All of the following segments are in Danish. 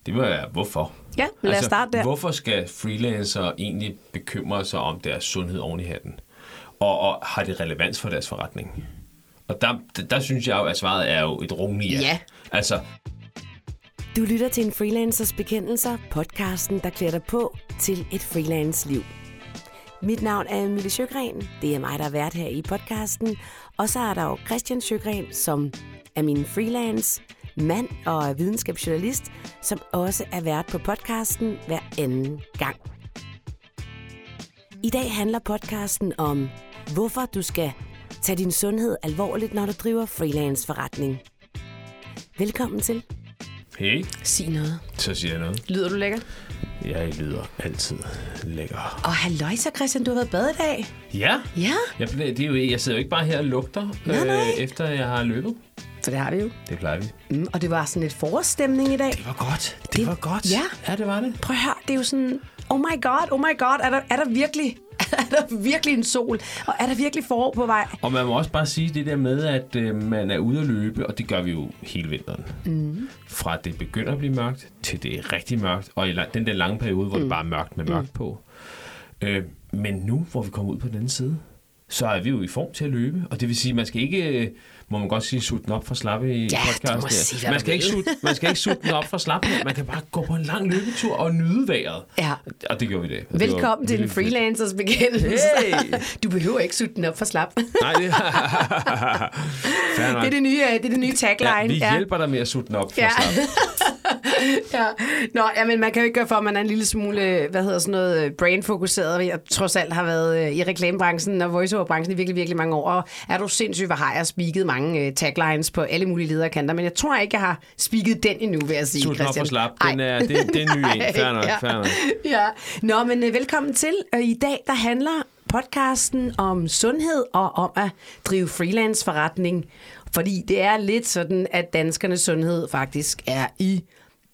det må være, hvorfor? Ja, lad os starte der. Hvorfor skal freelancere egentlig bekymre sig om deres sundhed oven i hatten? Og har det relevans for deres forretning? Og der synes jeg jo, at svaret er jo et rungende ja. Ja. Altså, Du lytter til en freelancers bekendelser, podcasten, der klæder dig på til et freelance-liv. Mit navn er Emilie Sjøgren. Det er mig, der er vært her i podcasten. Og så er der jo Christian Sjøgren, som er min freelance mand og er videnskabsjournalist, som også er vært på podcasten hver anden gang. I dag handler podcasten om, hvorfor du skal tage din sundhed alvorligt, når du driver freelance-forretning. Velkommen til. hey, Sig noget. så siger jeg noget. Lyder du lækker? Jeg lyder altid lækker. Og halløj så, Christian, du har været bad i dag. Ja, Ja, jeg sidder jo ikke bare her og lugter, Nej. efter jeg har løbet. så det har vi jo. Det plejer vi. Og det var sådan lidt forårsstemning i dag. Det var godt. Det var godt. Ja. Ja, det var det. Prøv at høre, det er jo sådan, oh my god, er der virkelig en sol? Og er der virkelig forår på vej? Og man må også bare sige det der med, at man er ude at løbe, og det gør vi jo hele vinteren. Fra det begynder at blive mørkt, til det er rigtig mørkt, og i den der lange periode, hvor det bare er mørkt med mørkt på. Men nu, hvor vi kommer ud på den anden side, så er vi jo i form til at løbe, og det vil sige, man skal ikke, må man godt sige, sutte den op for slappe i podcasten. du må sige, hvad man du skal ikke sutte den op for slappe, man kan bare gå på en lang løbetur og nyde vejret. Ja. Og det gjorde vi det. Velkommen til en freelancers bekendelse. Hey! Du behøver ikke sutte den op for slap. Nej, det Det er det nye tagline. Ja, vi hjælper dig med at sutte den op for slappe. Ja. Nå, men man kan jo ikke gøre for, at man er en lille smule, brain-fokuseret. Jeg trods alt har været i reklamebranchen og voiceover-branchen i virkelig, virkelig mange år. Og er du sindssygt, hvor har jeg speaket mange taglines på alle mulige lederkanter. Men jeg tror ikke, jeg har speaket den endnu, vil jeg sige, Sutte den op Christian. for slappe. Det er en ny en. Fair nok. Ja. Nå, men velkommen til. I dag, der handler podcasten om sundhed og om at drive freelance-forretning. Fordi det er lidt sådan, at danskernes sundhed faktisk er i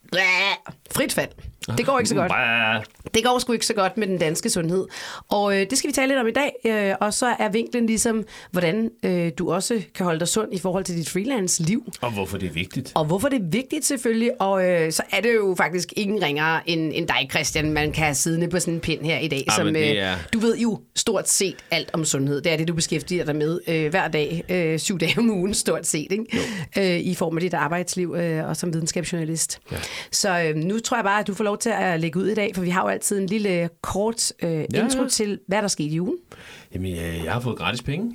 frit fald. Det går ikke så godt. Det går sgu ikke så godt med den danske sundhed. Og det skal vi tale lidt om i dag. Og så er vinklen ligesom, hvordan du også kan holde dig sund i forhold til dit freelance-liv. Og hvorfor det er vigtigt. Og hvorfor det er vigtigt selvfølgelig. Og så er det jo faktisk ingen ringere end dig, Christian. Man kan have siddende på sådan en pind her i dag. Ja, som, du ved jo stort set alt om sundhed. Det er det, du beskæftiger dig med hver dag. 7 dage om ugen stort set. Ikke? I form af dit arbejdsliv og som videnskabsjournalist. Ja. Så nu tror jeg bare, at du får lov til at lægge ud i dag. For vi har jo altid en lille kort intro til, hvad der skete i ugen. Jamen, jeg har fået gratis penge.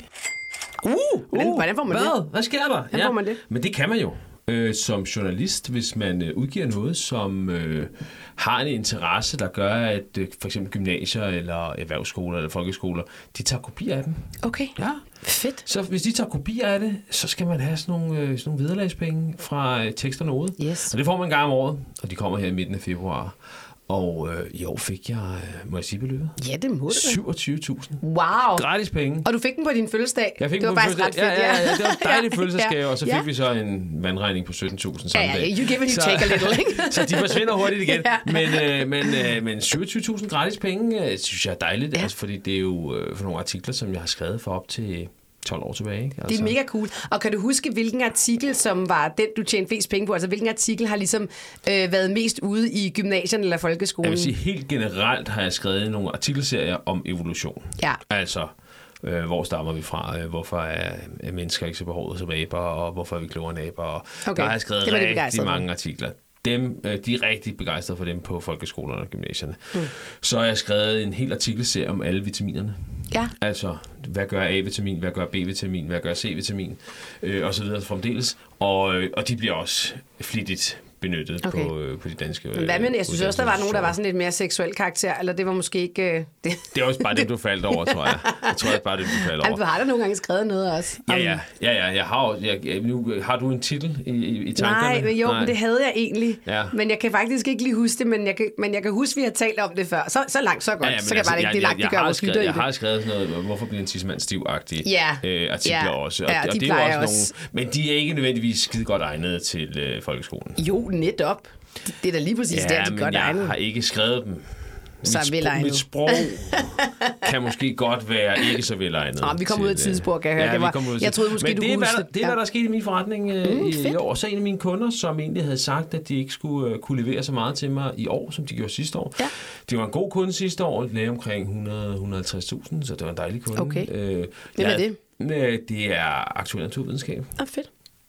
Hvordan får man det? Hvad sker der? Hvordan får man det? Men det kan man jo. Som journalist, hvis man udgiver noget, som har en interesse, der gør, at for eksempel gymnasier eller erhvervsskoler eller folkeskoler, de tager kopier af dem. Okay. Ja. Fedt. Så hvis de tager kopier af det, så skal man have sådan nogle vederlagspenge fra Tekst og Node. Yes. Og det får man en gang om året, og de kommer her i midten af februar. Og i år fik jeg, må jeg sige beløbet? Ja, det må du. 27.000. Wow. Gratis penge. Og du fik den på din fødselsdag. Jeg fik det var faktisk ret fedt, ja. Det var en dejlig fødselsdagsgave, Ja. og så fik vi så en vandregning på 17.000 samme dag. You give and you take a little, ikke? Så de forsvinder hurtigt igen. Ja. Men 27.000 gratis penge, synes jeg er dejligt, Ja. altså, fordi det er jo for nogle artikler, som jeg har skrevet for op til 12 år tilbage. Ikke? Altså. Det er mega cool. Og kan du huske, hvilken artikel, som var den, du tjente flest penge på? Altså, hvilken artikel har ligesom været mest ude i gymnasierne eller folkeskolen? Jeg vil sige, helt generelt har jeg skrevet nogle artikelserier om evolution. Ja. Altså, hvor stammer vi fra? Hvorfor er mennesker ikke så behovet som aber? Og hvorfor er vi klogere end aber? Og Okay. der har jeg skrevet Det var det rigtig begejstrede mange artikler. De er rigtig begejstrede for dem på folkeskolerne og gymnasierne. Så har jeg skrevet en hel artikelserie om alle vitaminerne. Ja. Altså, hvad gør A-vitamin, hvad gør B-vitamin, hvad gør C-vitamin, og så videre fremdeles. Og de bliver også flittigt benyttet på de danske. Men hvad med, jeg synes også, der var nogen, der var sådan lidt mere seksuel karakter, eller det var måske ikke... Det er også bare det, du faldt over, tror jeg. Jeg tror, det er bare det, du faldt over. Du har da nogle gange skrevet noget også. Ja. Nu har du en titel i tankerne? Nej, men det havde jeg egentlig. Ja. Men jeg kan faktisk ikke lige huske det, men jeg kan huske, at vi har talt om det før. Så langt, så godt. Så kan jeg bare ikke delagtiggøre vores lytter i det. Jeg har skrevet sådan noget, hvorfor bliver en tissemand stiv-agtig artikler også. Ja, og de det er plejer også også. nogle, men de er ikke nødvendigvis skide godt egnede til folkeskolen. Jo, netop. Det er da lige præcis der, de godt egnet. Jeg har ikke skrevet dem Mit sprog kan måske godt være ikke så velegnet. Vi kommer ud af tidsspor, kan jeg høre. Jeg troede måske, men du kunne huske det. Det er, hvad der skete i min forretning i år. Så en af mine kunder, som egentlig havde sagt, at de ikke skulle kunne levere så meget til mig i år, som de gjorde sidste år. Ja. Det var en god kunde sidste år, lavede omkring 100-150.000, så det var en dejlig kunde. Okay. Hvem er det? Det er aktuel naturvidenskab. Fedt.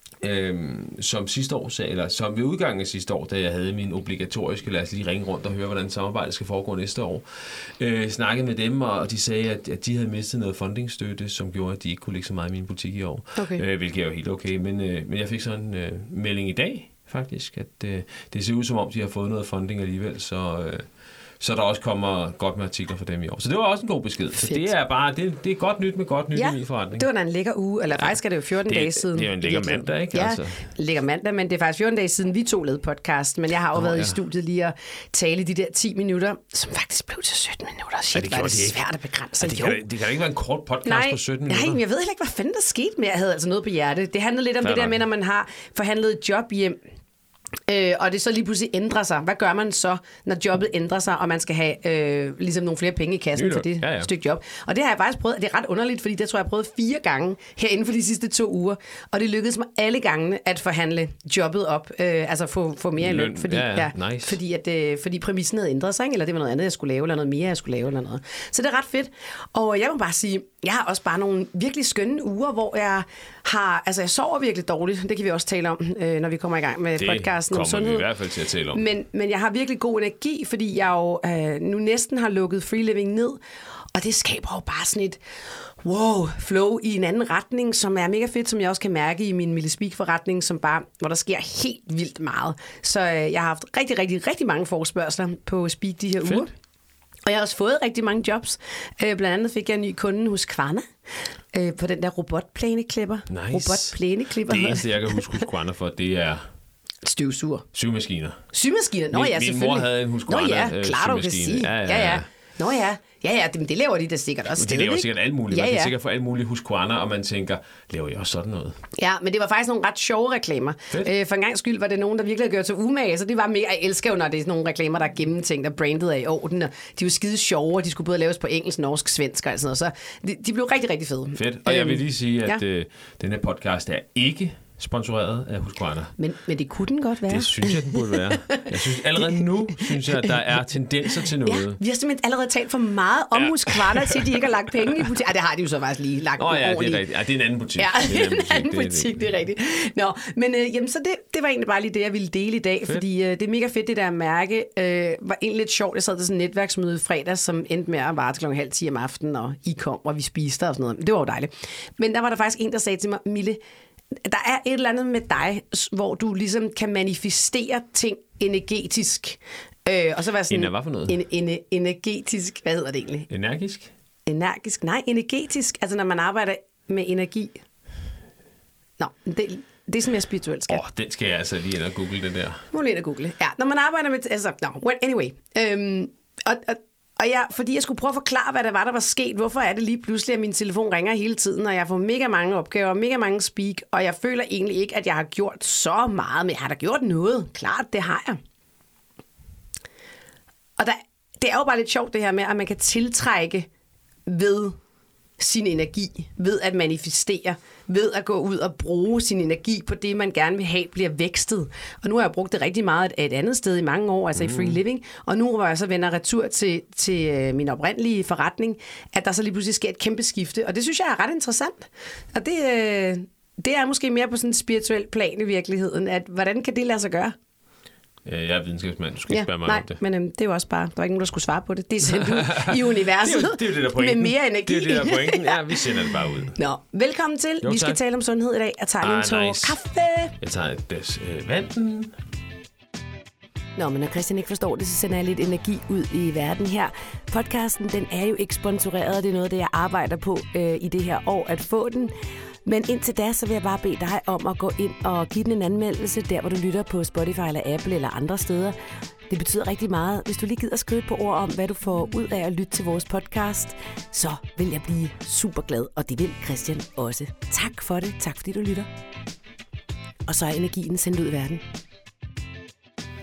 Som sidste år, eller som ved udgangen af sidste år, da jeg havde min obligatoriske, lad os lige ringe rundt og høre, hvordan samarbejdet skal foregå næste år, snakkede med dem, og de sagde, at de havde mistet noget fundingstøtte, som gjorde, at de ikke kunne lægge så meget i min butik i år. Okay. Hvilket er jo helt okay, men jeg fik sådan en melding i dag, faktisk, at det ser ud som om, de har fået noget funding alligevel, så der også kommer godt med artikler for dem i år. Så det var også en god besked. Fedt. Så det er bare, det er godt nyt med godt nyt i min forretning. Det var da en lækker uge, eller faktisk er det jo 14 dage siden. Det er jo en lækker mandag, ikke? Ja, lækker mandag, men det er faktisk 14 dage siden, vi to lavede podcast, men jeg har jo været i studiet lige at tale de der 10 minutter, som faktisk blev til 17 minutter. Shit, var det svært at begrænse. Det kan da ikke være en kort podcast på 17 minutter. Nej, jeg ved heller ikke, hvad fanden der skete med. Jeg havde altså noget på hjerte. Det handlede lidt om det der med, når man har forhandlet et job hjem, og det så lige pludselig ændrer sig. Hvad gør man så, når jobbet ændrer sig, og man skal have ligesom nogle flere penge i kassen for det stykke job? Og det har jeg faktisk prøvet. Det er ret underligt, fordi det tror jeg prøvet 4 gange her inden for de sidste 2 uger. Og det lykkedes mig alle gangene at forhandle jobbet op. Altså få mere i løn. Fordi, nice. Fordi præmissen havde ændret sig, eller det var noget andet, jeg skulle lave, eller noget mere, jeg skulle lave, eller noget. Så det er ret fedt. Og jeg må bare sige, jeg har også bare nogle virkelig skønne uger, hvor jeg jeg sover virkelig dårligt. Det kan vi også tale om, når vi kommer i gang med podcasten om sundhed. Det kommer vi i hvert fald til at tale om. Men jeg har virkelig god energi, fordi jeg jo nu næsten har lukket Free Living ned. Og det skaber jo bare sådan et flow i en anden retning, som er mega fedt, som jeg også kan mærke i min Mille Speak-forretning, hvor der sker helt vildt meget. Så jeg har haft rigtig, rigtig, rigtig mange forespørgsler på Speak de her uger. Og jeg har også fået rigtig mange jobs. Blandt andet fik jeg en ny kunde hos Kvarna på den der robotplæneklipper. Nice. Robotplæneklipper. Det eneste, jeg kan huske hos Kvarna for, det er støvsuger. Symaskiner. Symaskiner? Nå ja, selvfølgelig. Min mor havde en hos Kvarna symaskine. Klart, du kan sige. Ja. Nå ja. Ja, det laver de da sikkert også. Det laver sikkert alt muligt. Man kan sikkert få alt muligt hos Kvarna, og man tænker, laver jeg også sådan noget? Ja, men det var faktisk nogle ret sjove reklamer. For en gang skyld var det nogen, der virkelig havde gjort sig umage, så det var mere, jeg elsker jo, når det er sådan nogle reklamer, der er gennemtænkt og brandet er i orden, og de var skide sjove, og de skulle både laves på engelsk, norsk, svensk og sådan noget, så de blev rigtig, rigtig fede. Fedt, og jeg vil lige sige, at den her podcast er ikke sponsoreret af Husqvarna. Men det kunne den godt være. Det synes jeg, den burde være. Jeg synes allerede nu, at der er tendenser til noget. Ja, vi har simpelthen allerede talt for meget om Husqvarna, til de ikke har lagt penge i butik. Det har de jo så faktisk lige lagt ordentligt. Det er rigtigt. Det er en anden butik. Ja, det er en anden butik, det er rigtigt. Nå, men jamen, så det var egentlig bare lige det, jeg ville dele i dag, fordi det er mega fedt, det der at mærke. Var egentlig lidt sjovt. Jeg sad til sådan et netværksmøde i fredag, som endte med at vare til 9:30 om aftenen, og I kom, og vi spiste og sådan noget. Det var jo dejligt. Men der var der faktisk en, der sagde til mig, Mille, der er et eller andet med dig, hvor du ligesom kan manifestere ting energetisk. Og så var sådan... Hvad for noget? Energetisk, hvad hedder det egentlig? Energisk? Energisk? Nej, energetisk. Altså når man arbejder med energi. Nå, det er sådan mere spirituelt, skat. Den skal jeg altså lige ind og google, det der. Må lige ind og google. Ja, når man arbejder med... Altså, anyway. Og fordi jeg skulle prøve at forklare, hvad der var sket, hvorfor er det lige pludselig, at min telefon ringer hele tiden, og jeg får mega mange opgaver, mega mange speak, og jeg føler egentlig ikke, at jeg har gjort så meget, men jeg har da gjort noget. Klart, det har jeg. Og det er jo bare lidt sjovt det her med, at man kan tiltrække ved sin energi, ved at manifestere, ved at gå ud og bruge sin energi på det, man gerne vil have, bliver vækstet. Og nu har jeg brugt det rigtig meget et andet sted i mange år, altså i Free Living, og nu hvor jeg så vender retur til min oprindelige forretning, at der så lige pludselig sker et kæmpe skifte, og det synes jeg er ret interessant. Og det er måske mere på sådan en spirituel plan i virkeligheden, at hvordan kan det lade sig gøre? Jeg er videnskabsmand, du skal ikke spørge mig om det. Men det er jo også bare, der var ikke nogen, der skulle svare på det. Det er sendt ud i universet det er jo det, der pointen. Med mere energi. Det er jo det, der pointen. Ja, vi sender det bare ud. Nå, velkommen til. Vi skal tale om sundhed i dag. Jeg tager lige en tår kaffe. Jeg tager et glas vand. Nå, men når Christian ikke forstår det, så sender jeg lidt energi ud i verden her. Podcasten, den er jo ikke sponsoreret. Det er noget, det jeg arbejder på i det her år, at få den. Men indtil da, så vil jeg bare bede dig om at gå ind og give den en anmeldelse, der hvor du lytter på Spotify eller Apple eller andre steder. Det betyder rigtig meget. Hvis du lige gider skrive et par ord om, hvad du får ud af at lytte til vores podcast, så vil jeg blive super glad, og det vil Christian også. Tak for det. Tak fordi du lytter. Og så er energien sendt ud i verden.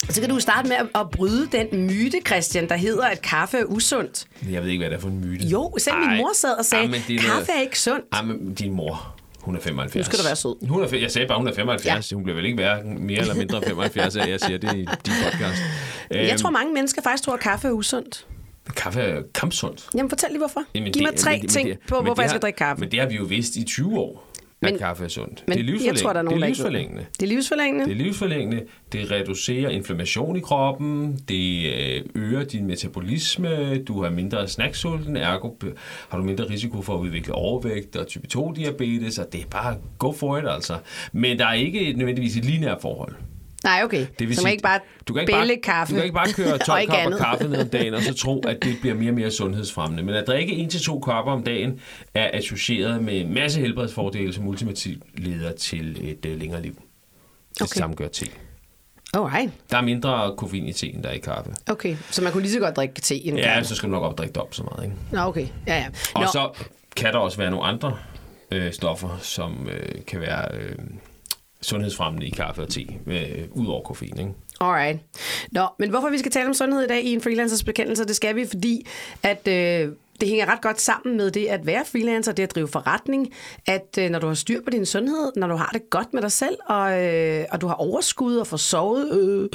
Så kan du starte med at bryde den myte, Christian, der hedder, at kaffe er usundt. Jeg ved ikke, hvad det er for en myte. Jo, selv min mor sad og sagde, kaffe er ikke sundt. Ej, men din mor, hun er 75. Nu skal du være sød. Jeg sagde bare, hun er 75. Ja. Hun bliver vel ikke hverken mere eller mindre 75 af, jeg siger det i din podcast. Jeg tror, mange mennesker faktisk tror, at kaffe er usundt. Kaffe er kampsundt. Jamen, fortæl lige hvorfor. Giv mig 3 ting på, hvorfor jeg skal drikke kaffe. Men det har vi jo vidst i 20 år. At kaffe er sundt. Men det er livsforlængende. Jeg tror, der er nogen, det er livsforlængende. Det er livsforlængende? Det er livsforlængende. Det reducerer inflammation i kroppen. Det øger din metabolisme. Du har mindre snacksulten. Ergo har du mindre risiko for at udvikle overvægt og type 2-diabetes. Og det er bare go for it, altså. Men der er ikke nødvendigvis et lineært forhold. Nej, okay. Det vil så sige, man ikke bare bælle kaffe. Du kan ikke bare køre 12 kopper kaffe ned om dagen, og så tro, at det bliver mere og mere sundhedsfremmende. Men at drikke 1-2 kopper om dagen er associeret med en masse helbredsfordele, som ultimativt leder til et længere liv. Det samme gør te. Alright. Der er mindre koffein i te, end der er i kaffe. Okay, så man kunne lige så godt drikke te end kaffe? Ja, så skal du nok opdrikke det op så meget, ikke? Nå, okay. Ja. Og så kan der også være nogle andre stoffer, som kan være sundhedsfremmende i kaffe og te, ud over koffein, ikke? Alright. Nå, men hvorfor vi skal tale om sundhed i dag i en freelancers bekendelse, det skal vi, fordi at det hænger ret godt sammen med det at være freelancer, det at drive forretning, at når du har styr på din sundhed, når du har det godt med dig selv, og du har overskud og får sovet,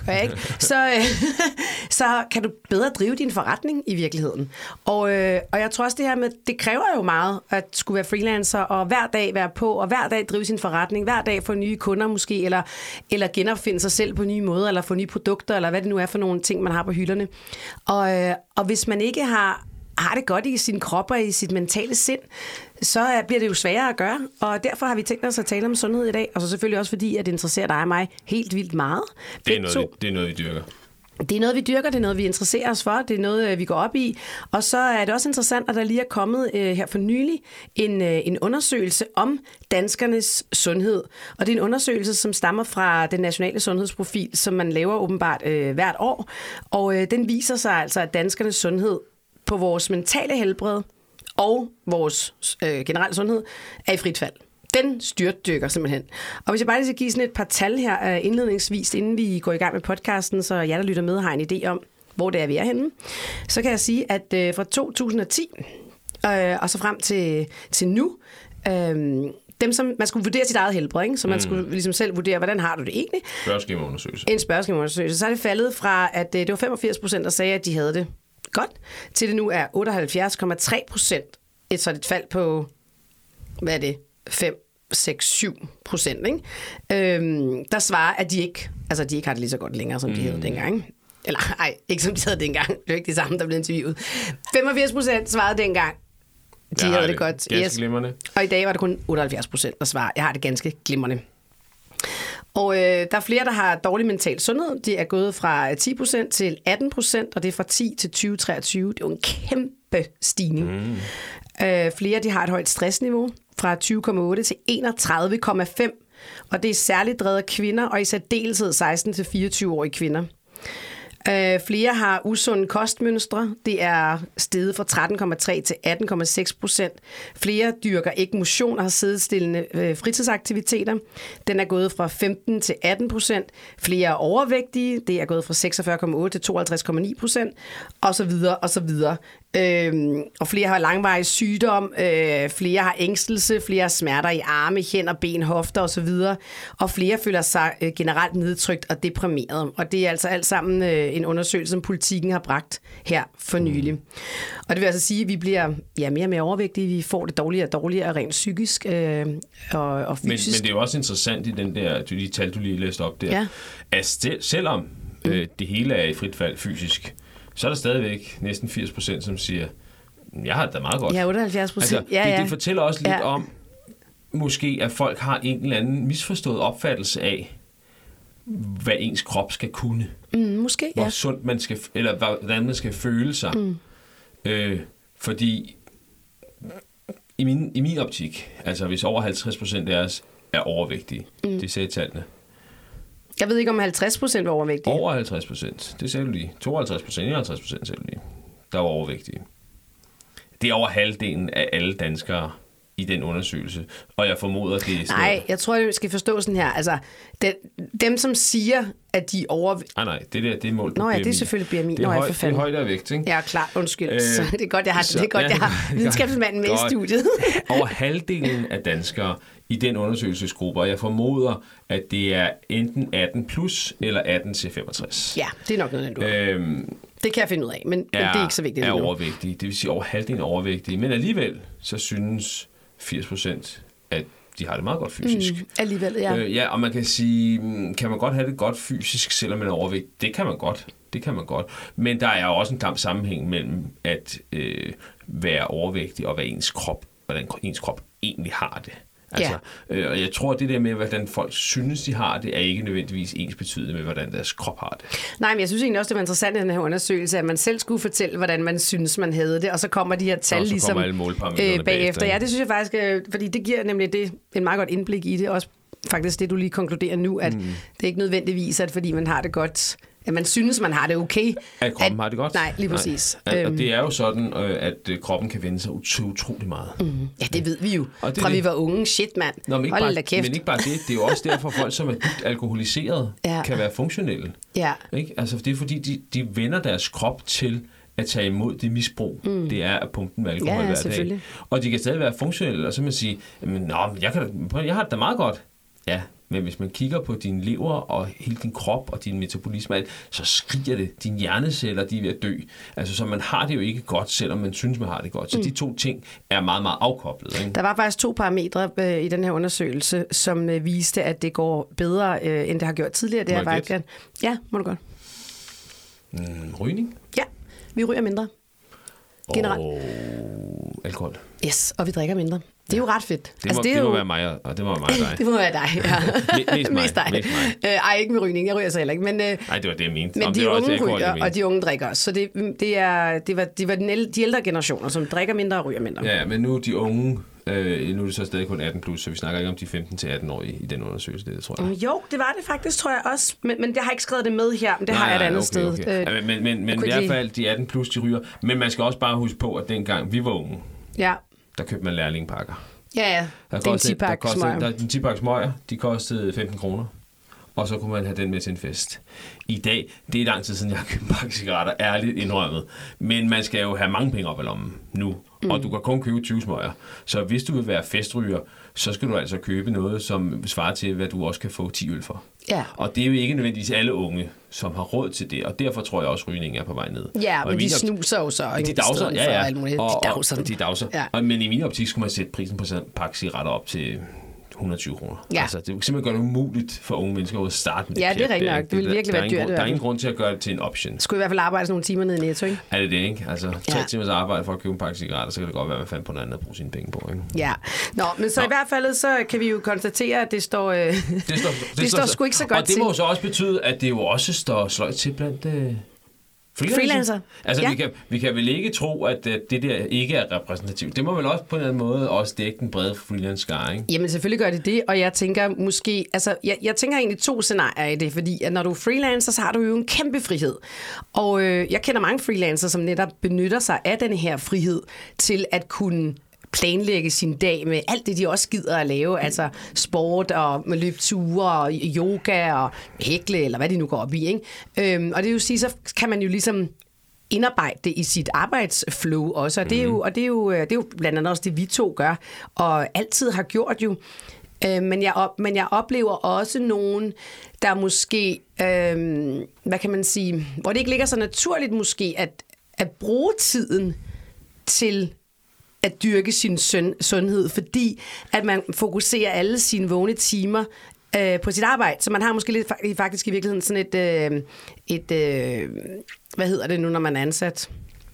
så kan du bedre drive din forretning i virkeligheden. Og jeg tror også det her med, det kræver jo meget at skulle være freelancer, og hver dag være på, og hver dag drive sin forretning, hver dag få nye kunder måske, eller genopfinde sig selv på nye måder, eller få nye produkter, eller hvad det nu er for nogle ting, man har på hylderne. Og hvis man ikke har det godt i sin krop og i sit mentale sind, så bliver det jo sværere at gøre. Og derfor har vi tænkt os at tale om sundhed i dag. Og så selvfølgelig også fordi, at det interesserer dig og mig helt vildt meget. Det er noget, vi dyrker. Det er noget, vi dyrker, det er noget, vi interesserer os for, det er noget, vi går op i. Og så er det også interessant, at der lige er kommet her for nylig en undersøgelse om danskernes sundhed. Og det er en undersøgelse, som stammer fra den nationale sundhedsprofil, som man laver åbenbart hvert år. Og den viser sig altså, at danskernes sundhed på vores mentale helbred og vores generelle sundhed er i frit fald. Den styrtdykker simpelthen. Og hvis jeg bare lige skal give sådan et par tal her indledningsvis, inden vi går i gang med podcasten, så jer, der lytter med, har en idé om, hvor det er, vi er henne, så kan jeg sige, at fra 2010 og så frem til nu, dem, som man skulle vurdere sit eget helbred, ikke? Så man skulle ligesom selv vurdere, hvordan har du det egentlig? Spørgeskemaundersøgelse. En spørgeskemaundersøgelse. Så er det faldet fra, at det var 85%, der sagde, at de havde det godt, til det nu er 78,3%. Så et fald på, hvad er det, 5-6-7%, ikke? Der svarer, at de ikke har det lige så godt længere, som de havde dengang, ikke? Eller nej, ikke som de havde dengang. Det er ikke det samme, der blev interviewet. 85% svarede dengang, de havde det godt. Ganske glimrende. Og i dag var det kun 78%, der svarer, jeg har det ganske glimrende. Og der er flere, der har dårlig mental sundhed. De er gået fra 10% til 18%, og det er fra 10 til 2023. Det er jo en kæmpe stigning. Flere, de har et højt stressniveau fra 20,8 til 31,5. Og det er særligt drevet af kvinder, og i særdeleshed 16 til 24-årige kvinder. Flere har usunde kostmønstre. Det er steget fra 13,3 til 18,6%. Flere dyrker ikke motion og har siddestillende fritidsaktiviteter. Den er gået fra 15 til 18%. Flere er overvægtige. Det er gået fra 46,8 til 52,9%. Og så videre, og så videre. Og flere har langvarig sygdom, flere har ængstelse, flere har smerter i arme, hænder, ben, hofter osv. Og flere føler sig generelt nedtrykt og deprimeret. Og det er altså alt sammen en undersøgelse, som Politikken har bragt her for nylig. Og det vil altså sige, at vi bliver mere og mere overvægtige, vi får det dårligere og dårligere rent psykisk og fysisk. Men det er jo også interessant i den der, de tal, du lige læste op der, at selvom det hele er i frit fald fysisk, så er der stadigvæk næsten 80%, som siger, jeg har det da meget godt. Ja, 78%. Altså, det fortæller også lidt om, måske at folk har en eller anden misforstået opfattelse af, hvad ens krop skal kunne. Måske, hvor sundt man skal, eller hvordan man skal føle sig. Fordi i min optik, altså hvis over 50% af os er overvægtige, det sagde tallene. Jeg ved ikke, om 50% var overvægtige. Over 50%, det sagde du lige. 52%, 51% sagde du lige. Der var overvægtige. Det er over halvdelen af alle danskere, i den undersøgelse. Og jeg formoder, det er sådan Nej, jeg tror, jeg skal forstå sådan her. Altså, dem, som siger, at de Nej, det er målt på Nå BMI. ja, det er selvfølgelig BMI. Det er højde og vægt, ikke? Ja, klart. Undskyld. Så det er godt, jeg har videnskabsmanden med i studiet. Over halvdelen af danskere i den undersøgelsesgruppe, og jeg formoder, at det er enten 18 plus eller 18 til 65. Ja, det er nok noget, du det kan jeg finde ud af, men det er ikke så vigtigt. Er overvægtige. Det vil sige, over halvdelen er overvægtige. Men alligevel, så synes 80%, at de har det meget godt fysisk. Alligevel, ja. Ja, og man kan sige, kan man godt have det godt fysisk, selvom man er overvægtig? Det kan man godt. Det kan man godt. Men der er jo også en klam sammenhæng mellem at være overvægtig og hvad hvordan ens krop egentlig har det. Altså, og jeg tror, at det der med, hvordan folk synes, de har det, er ikke nødvendigvis ensbetydende med, hvordan deres krop har det. Nej, men jeg synes egentlig også, det var interessant i den her undersøgelse, at man selv skulle fortælle, hvordan man synes, man havde det, og så kommer de her tal ligesom bagefter. Ja, det synes jeg faktisk, fordi det giver nemlig det en meget godt indblik i det, også faktisk det, du lige konkluderer nu, at det er ikke nødvendigvis, at fordi man har det godt, at man synes, man har det okay. At kroppen har det godt? Nej, lige præcis. Og det er jo sådan, at kroppen kan vende sig utrolig meget. Ja, det ved vi jo. Fra vi var unge. Shit, mand. Hold da kæft. Men ikke bare det. Det er jo også derfor, folk, som er dybt alkoholiseret, kan være funktionelle. Ja. Ikke? Altså, det er fordi, de vender deres krop til at tage imod det misbrug, det er at pumpe med alkohol hver dag. Og de kan stadig være funktionelle, og så kan man sige, jeg har det da meget godt. Ja, men hvis man kigger på din lever og hele din krop og din metabolisme, så skriger det. Dine hjerneceller, de er ved at dø. Altså, så man har det jo ikke godt, selvom man synes, man har det godt. Så de to ting er meget, meget afkoblet. Ikke? Der var faktisk 2 parametre i den her undersøgelse, som viste, at det går bedre, end det har gjort tidligere. Det må jeg gætte? Ja, må du godt. Rygning? Ja, vi ryger mindre. Generelt. Og alkohol. Yes, og vi drikker mindre. Det er jo ret fedt. Det må være mig, og det må være mig og dig. Det må være dig, ja. Mest dig. Ej, ikke med rygning. Jeg ryger så heller ikke. Men, nej, det var det, jeg mente. Men de unge ryger, og de unge drikker også. Så det var de ældre generationer, som drikker mindre og ryger mindre. Ja, men nu de unge, nu er det så stadig kun 18 plus, så vi snakker ikke om de 15-18-årige i den undersøgelse, det tror jeg. Jo, det var det faktisk, tror jeg også. Men jeg har ikke skrevet det med her, men det har jeg et andet sted. Okay. Men i hvert fald de 18 plus, de ryger. Men man skal også bare huske på, at dengang vi var unge, der købte man lærlingepakker. Ja, det er en 10-pakke smøger. Der er en 10-pakke smøger, de kostede 15 kroner. Og så kunne man have den med til en fest. I dag, det er lang tid siden, jeg har købt en pakke cigaretter, ærligt indrømmet. Men man skal jo have mange penge op i lommen nu. Og du kan kun købe 20 smøger. Så hvis du vil være festryger, så skal du altså købe noget, som svarer til, hvad du også kan få 10 øl for. Ja. Og det er jo ikke nødvendigvis alle unge, som har råd til det. Og derfor tror jeg også, at rygningen er på vej ned. Ja, men de snuser jo så. De dagser, ja. De dagser. Ja. Men i min optik skulle man sætte prisen på sådan en pakke cigaretter op til 120 kroner. Ja. Altså, det vil simpelthen gøre det umuligt for unge mennesker at starte med det. Ja, det er rigtigt nok. Det vil virkelig være dyrt. Der er ingen grund til at gøre det til en option. Skulle i hvert fald arbejde sådan nogle timer ned i Netto, ikke? Er det det, ikke? Altså, 3 timers arbejde for at købe en pakke cigaretter, så kan det godt være, at man fandt på noget andet at bruge sine penge på, ikke? Ja. Nå, men så i hvert fald, så kan vi jo konstatere, at det står sgu ikke så godt til. Og det må jo så også betyde, at det jo også står sløjt til blandt freelancer. Altså, vi kan vel ikke tro, at det der ikke er repræsentativt. Det må vel også på en eller anden måde også dække den brede freelance-skare, ikke? Jamen, selvfølgelig gør det det, og jeg tænker måske... Altså, jeg tænker egentlig 2 scenarier i det, fordi at når du er freelancer, så har du jo en kæmpe frihed. Og jeg kender mange freelancer, som netop benytter sig af den her frihed til at kunne planlægge sin dag med alt det, de også gider at lave, altså sport og løbeture og yoga og hækle, eller hvad de nu går op i, ikke? Og det vil sige, så kan man jo ligesom indarbejde det i sit arbejdsflow også, og det er jo blandt andet også det, vi 2 gør, og altid har gjort jo. Men jeg oplever også nogen, der måske, hvad kan man sige, hvor det ikke ligger så naturligt måske, at bruge tiden til at dyrke sin sundhed, fordi at man fokuserer alle sine vågne timer på sit arbejde. Så man har måske lidt faktisk i virkeligheden sådan et hvad hedder det nu, når man er ansat?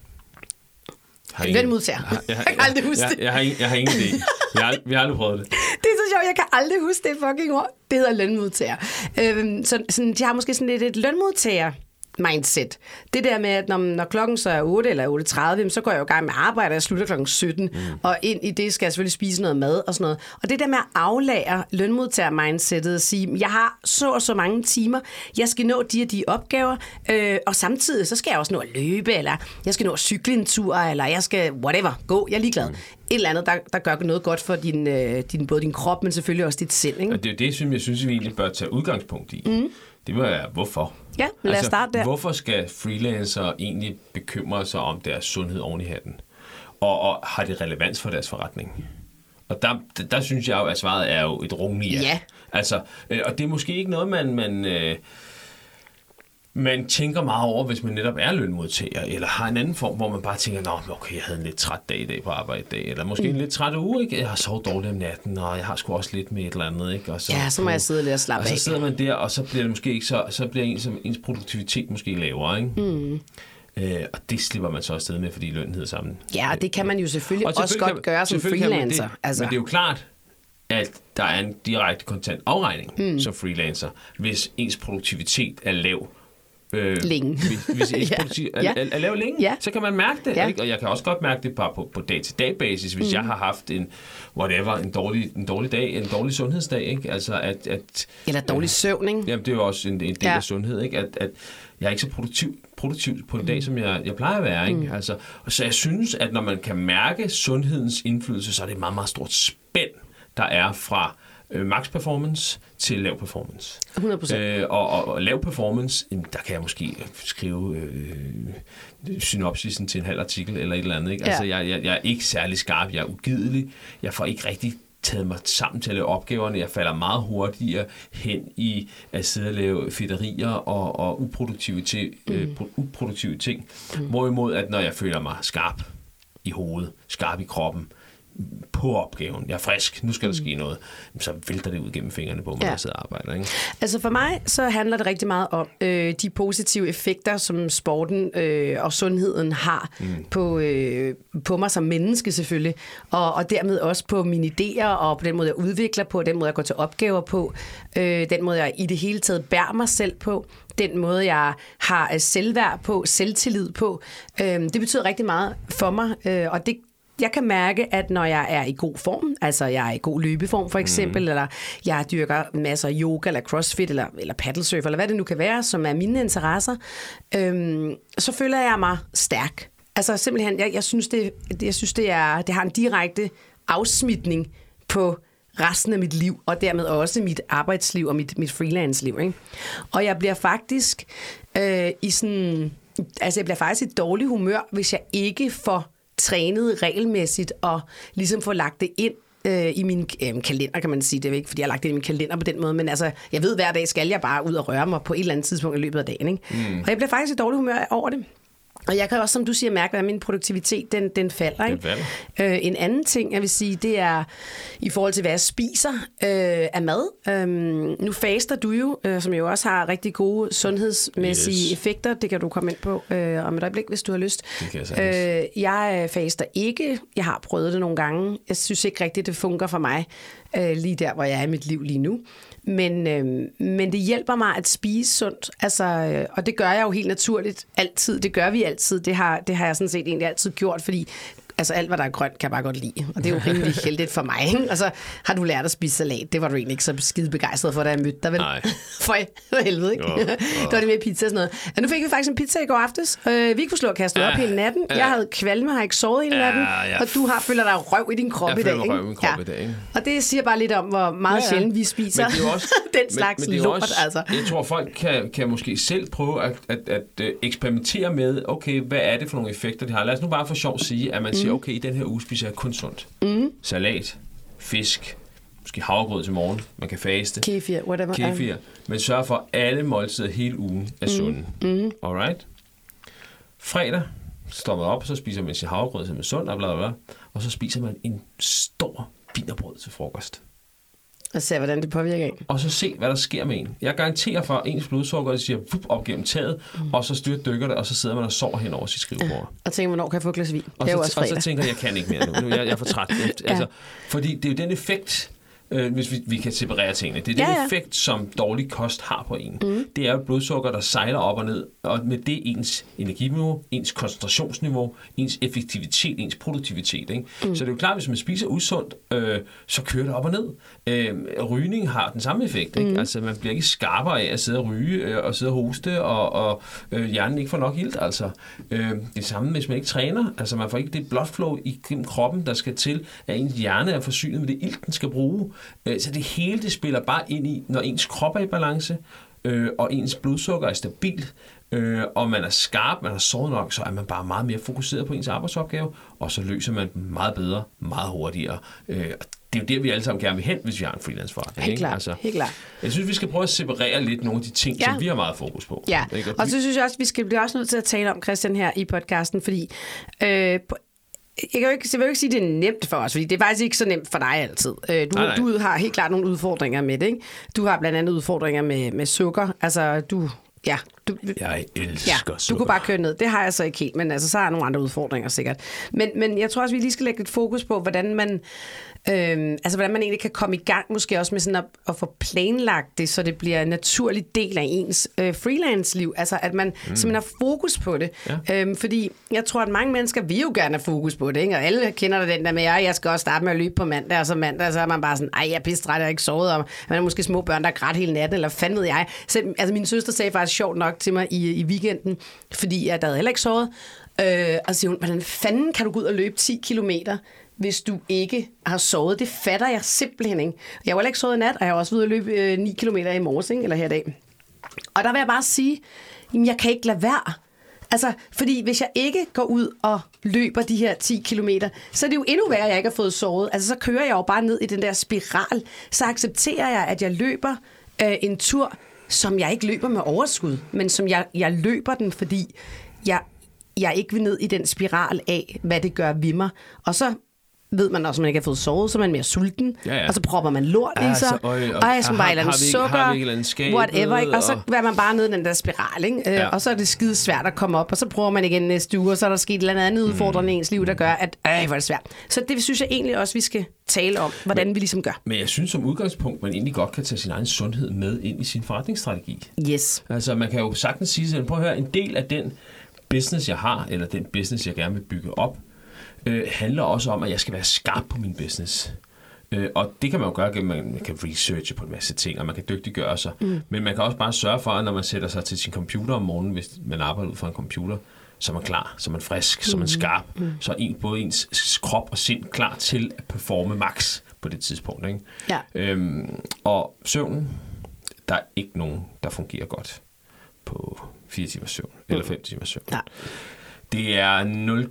Lønmodtager. Jeg kan aldrig huske det. Jeg har ingen idé. Vi har aldrig prøvet det. Det er så sjovt, jeg kan aldrig huske det fucking ord. Det hedder lønmodtager. Så de har måske sådan lidt et lønmodtager mindset. Det der med, at når klokken så er 8 eller 8.30, så går jeg jo i gang med arbejde, og jeg slutter klokken 17, og ind i det skal jeg selvfølgelig spise noget mad og sådan noget. Og det der med at aflære lønmodtager-mindsetet og sige, jeg har så og så mange timer, jeg skal nå de og de opgaver, og samtidig så skal jeg også nå at løbe, eller jeg skal nå at cykle en tur, eller jeg skal whatever, gå, jeg er ligeglad. Et eller andet, der gør noget godt for både din krop, men selvfølgelig også dit sind. Ikke? Og det er det, som jeg synes, vi egentlig bør tage udgangspunkt i. Det må være, hvorfor? Ja, lad os starte der. Hvorfor skal freelancere egentlig bekymre sig om deres sundhed oven i hatten? Og har det relevans for deres forretning? Og der synes jeg jo, at svaret er jo et rungende ja. Ja. Altså, og det er måske ikke noget, man tænker meget over, hvis man netop er lønmodtager, eller har en anden form, hvor man bare tænker, nå, okay, jeg havde en lidt træt dag i dag på arbejde i dag, eller måske en lidt træt uge, ikke? Jeg har sovet dårligt om natten, og jeg har sgu også lidt med et eller andet, ikke? Og så må jeg sidde lidt og slappe af. Og så sidder man der, og så bliver det måske ikke så bliver ens produktivitet måske lavere, ikke? Og det slipper man så afsted med, fordi lønnen hedder sammen. Ja, og det kan man jo selvfølgelig også godt gøre som freelancer. Men det er jo klart, at der er en direkte kontant afregning som freelancer, hvis ens produktivitet er lav. Længe. Hvis er lav længe, så kan man mærke det. Ja. Ikke? Og jeg kan også godt mærke det bare på dag-til-dag basis, hvis jeg har haft en dårlig dag, en dårlig sundhedsdag. Ikke? Altså eller dårlig søvn, ikke? Jamen, det er jo også en del af sundhed, ikke? At jeg er ikke så produktiv på en dag, som jeg plejer at være. Ikke? Altså, så jeg synes, at når man kan mærke sundhedens indflydelse, så er det et meget, meget stort spænd, der er fra max performance til lav performance. 100%. Og lav performance, der kan jeg måske skrive synopsisen til en halv artikel eller et eller andet. Ikke? Ja. Altså, jeg er ikke særlig skarp, jeg er ugidelig, jeg får ikke rigtig taget mig sammen til at lave opgaverne. Jeg falder meget hurtigere hen i at sidde og lave fedterier og uproduktive ting. Hvorimod, at når jeg føler mig skarp i hovedet, skarp i kroppen, på opgaven, jeg er frisk, nu skal der ske noget, så vælter det ud gennem fingrene på mig, når jeg sidder og arbejder. Ikke? Altså for mig, så handler det rigtig meget om de positive effekter, som sporten og sundheden har på mig som menneske selvfølgelig, og dermed også på mine idéer, og på den måde, jeg udvikler på, den måde, jeg går til opgaver på, den måde, jeg i det hele taget bærer mig selv på, den måde, jeg har selvværd på, selvtillid på. Det betyder rigtig meget for mig, og jeg kan mærke, at når jeg er i god form, altså jeg er i god løbeform for eksempel, eller jeg dyrker masser af yoga, eller crossfit, eller paddlesurf, eller hvad det nu kan være, som er mine interesser, så føler jeg mig stærk. Altså simpelthen, jeg synes, det har en direkte afsmitning på resten af mit liv, og dermed også mit arbejdsliv og mit freelance-liv. Ikke? Og jeg bliver faktisk i dårlig humør, hvis jeg ikke får trænet regelmæssigt og ligesom få lagt det ind i min kalender, kan man sige. Det er ikke, fordi jeg har lagt det i min kalender på den måde, men altså, jeg ved, hver dag skal jeg bare ud og røre mig på et eller andet tidspunkt i løbet af dagen. Ikke? Og jeg bliver faktisk i dårlig humør over det. Og jeg kan også, som du siger, mærke, at min produktivitet, den falder. Ikke? En anden ting, jeg vil sige, det er i forhold til, hvad jeg spiser af mad. Nu faster du jo, som jo også har rigtig gode sundhedsmæssige effekter. Det kan du komme ind på om et øjeblik, hvis du har lyst. Jeg faster ikke. Jeg har prøvet det nogle gange. Jeg synes ikke rigtigt, det fungerer for mig lige der, hvor jeg er i mit liv lige nu. Men det hjælper mig at spise sundt, altså, og det gør jeg jo helt naturligt altid. Det gør vi altid. Det har jeg sådan set egentlig altid gjort, fordi altså alt, hvad der er grønt, kan jeg bare godt lide. Og det er jo rimelig heldigt for mig. Ikke? Og så har du lært at spise salat. Det var du egentlig ikke så skide begejstret for, da jeg mødte dig, vel? Nej. For helvede, ikke? Det var det med pizza og sådan noget. Og nu fik vi faktisk en pizza i går aftes. Vi kunne slå og kaste op hele natten. Jeg havde kvalme, har ikke sovet hele natten. Og du føler dig røv i din krop i dag. Jeg føler mig røv i min krop i dag, ikke? Og det siger bare lidt om, hvor meget sjældent vi spiser også, den slags lort. Altså. Jeg tror, folk kan måske selv prøve at eksperimentere med, okay, hvad er det for nogle effekter, det har. Lad os nu bare for sjov sige, at man siger, okay, i den her uge spiser jeg kun sundt. Salat, fisk, måske havregrød til morgen, man kan faste. Kefir, whatever. Kefir. Men sørg for, at alle måltider hele ugen er sunde. Alright? Fredag står man op, så spiser man sin havregrød, som er sund, og bla bla bla. Og så spiser man en stor wienerbrød til frokost. Og se, hvordan det påvirker en. Og så se, hvad der sker med en. Jeg garanterer for, at ens blodsukker siger op gennem taget, og så dykker det, og så sidder man og sover hen over sit skrivebord. Og tænker, hvornår kan jeg få et glas vin? Og så tænker jeg kan ikke mere nu. Jeg er for træt. Altså, fordi det er jo den effekt, hvis vi kan separere tingene. Det er den effekt, som dårlig kost har på en. Det er jo blodsukker, der sejler op og ned, og med det ens energiniveau, ens koncentrationsniveau, ens effektivitet, ens produktivitet. Ikke? Så det er jo klart, hvis man spiser usundt, så kører det op og ned. Rygning har den samme effekt. Ikke? Altså, man bliver ikke skarpere af at sidde og ryge og sidde og hoste, og hjernen ikke får nok ilt. Altså, det samme, hvis man ikke træner. Altså, man får ikke det blood flow i kroppen, der skal til, at ens hjerne er forsynet med det ilt, den skal bruge. Så det hele, det spiller bare ind i, når ens krop er i balance, og ens blodsukker er stabilt, og man er skarp, man har sovet nok, så er man bare meget mere fokuseret på ens arbejdsopgave, og så løser man dem meget bedre, meget hurtigere. Det er jo det, vi alle sammen gerne vil hen, hvis vi har en freelance-forretning. Helt klart, altså, helt klart. Jeg synes, vi skal prøve at separere lidt nogle af de ting, som vi har meget fokus på. Ja, og så synes jeg også, vi skal blive også nødt til at tale om, Christian, her i podcasten, fordi jeg vil jo ikke sige, at det er nemt for os, fordi det er faktisk ikke så nemt for dig altid. Du har helt klart nogle udfordringer med det, ikke? Du har blandt andet udfordringer med sukker. Altså, jeg elsker sukker. Du kunne bare køre ned. Det har jeg så ikke helt, men altså, så har jeg nogle andre udfordringer sikkert. Men jeg tror også, vi lige skal lægge lidt fokus på, hvordan man egentlig kan komme i gang, måske også med sådan at få planlagt det, så det bliver en naturlig del af ens freelance-liv. Altså, at man simpelthen har fokus på det. Ja. Fordi jeg tror, at mange mennesker vil jo gerne have fokus på det, ikke? Og alle kender den der med, jeg skal også starte med at løbe på mandag, og så mandag, så er man bare sådan, jeg er pisse træt, jeg har ikke sovet, og man er måske små børn, der er grædt hele natten, eller fanden ved jeg. Så, altså, min søster sagde faktisk sjovt nok til mig i weekenden, fordi jeg havde heller ikke sovet, og så siger hun, hvordan fanden kan du gå ud og løbe 10 kilometer, hvis du ikke har sovet? Det fatter jeg simpelthen ikke. Jeg har heller ikke sovet i nat, og jeg har også været at løbe 9 kilometer i morges, eller her i dag. Og der vil jeg bare sige, jamen jeg kan ikke lade være. Altså, fordi hvis jeg ikke går ud og løber de her 10 kilometer, så er det jo endnu værre, at jeg ikke har fået sovet. Altså, så kører jeg jo bare ned i den der spiral. Så accepterer jeg, at jeg løber en tur, som jeg ikke løber med overskud, men som jeg løber den, fordi jeg ikke vil ned i den spiral af, hvad det gør ved mig. Og så ved man også, at man ikke har fået sovet, så er man mere sulten, og så propper man lort i sig, og jeg skal bare eller sukker, whatever, ikke? Og så er man bare nede i den der spiral, ikke? Og så er det skide svært at komme op, og så prøver man igen næste uge, og så er der sket et eller andet udfordrende i ens liv, der gør, at hvor er det svært. Så det synes jeg egentlig også, vi skal tale om, hvordan vi ligesom gør. Men jeg synes som udgangspunkt, man egentlig godt kan tage sin egen sundhed med ind i sin forretningsstrategi. Yes. Altså man kan jo sagtens sige, prøv at høre, en del af den business, jeg har, eller den business, jeg gerne vil bygge op, handler også om, at jeg skal være skarp på min business. Og det kan man jo gøre, at man kan researche på en masse ting, og man kan dygtiggøre sig. Men man kan også bare sørge for, at når man sætter sig til sin computer om morgenen, hvis man arbejder ud fra en computer, så er man klar, så er man frisk, så er man skarp, så er både ens krop og sind klar til at performe max på det tidspunkt. Ikke? Ja. Og søvnen, der er ikke nogen, der fungerer godt på 4 timers søvn, eller 5 timers søvn. Ja. Det er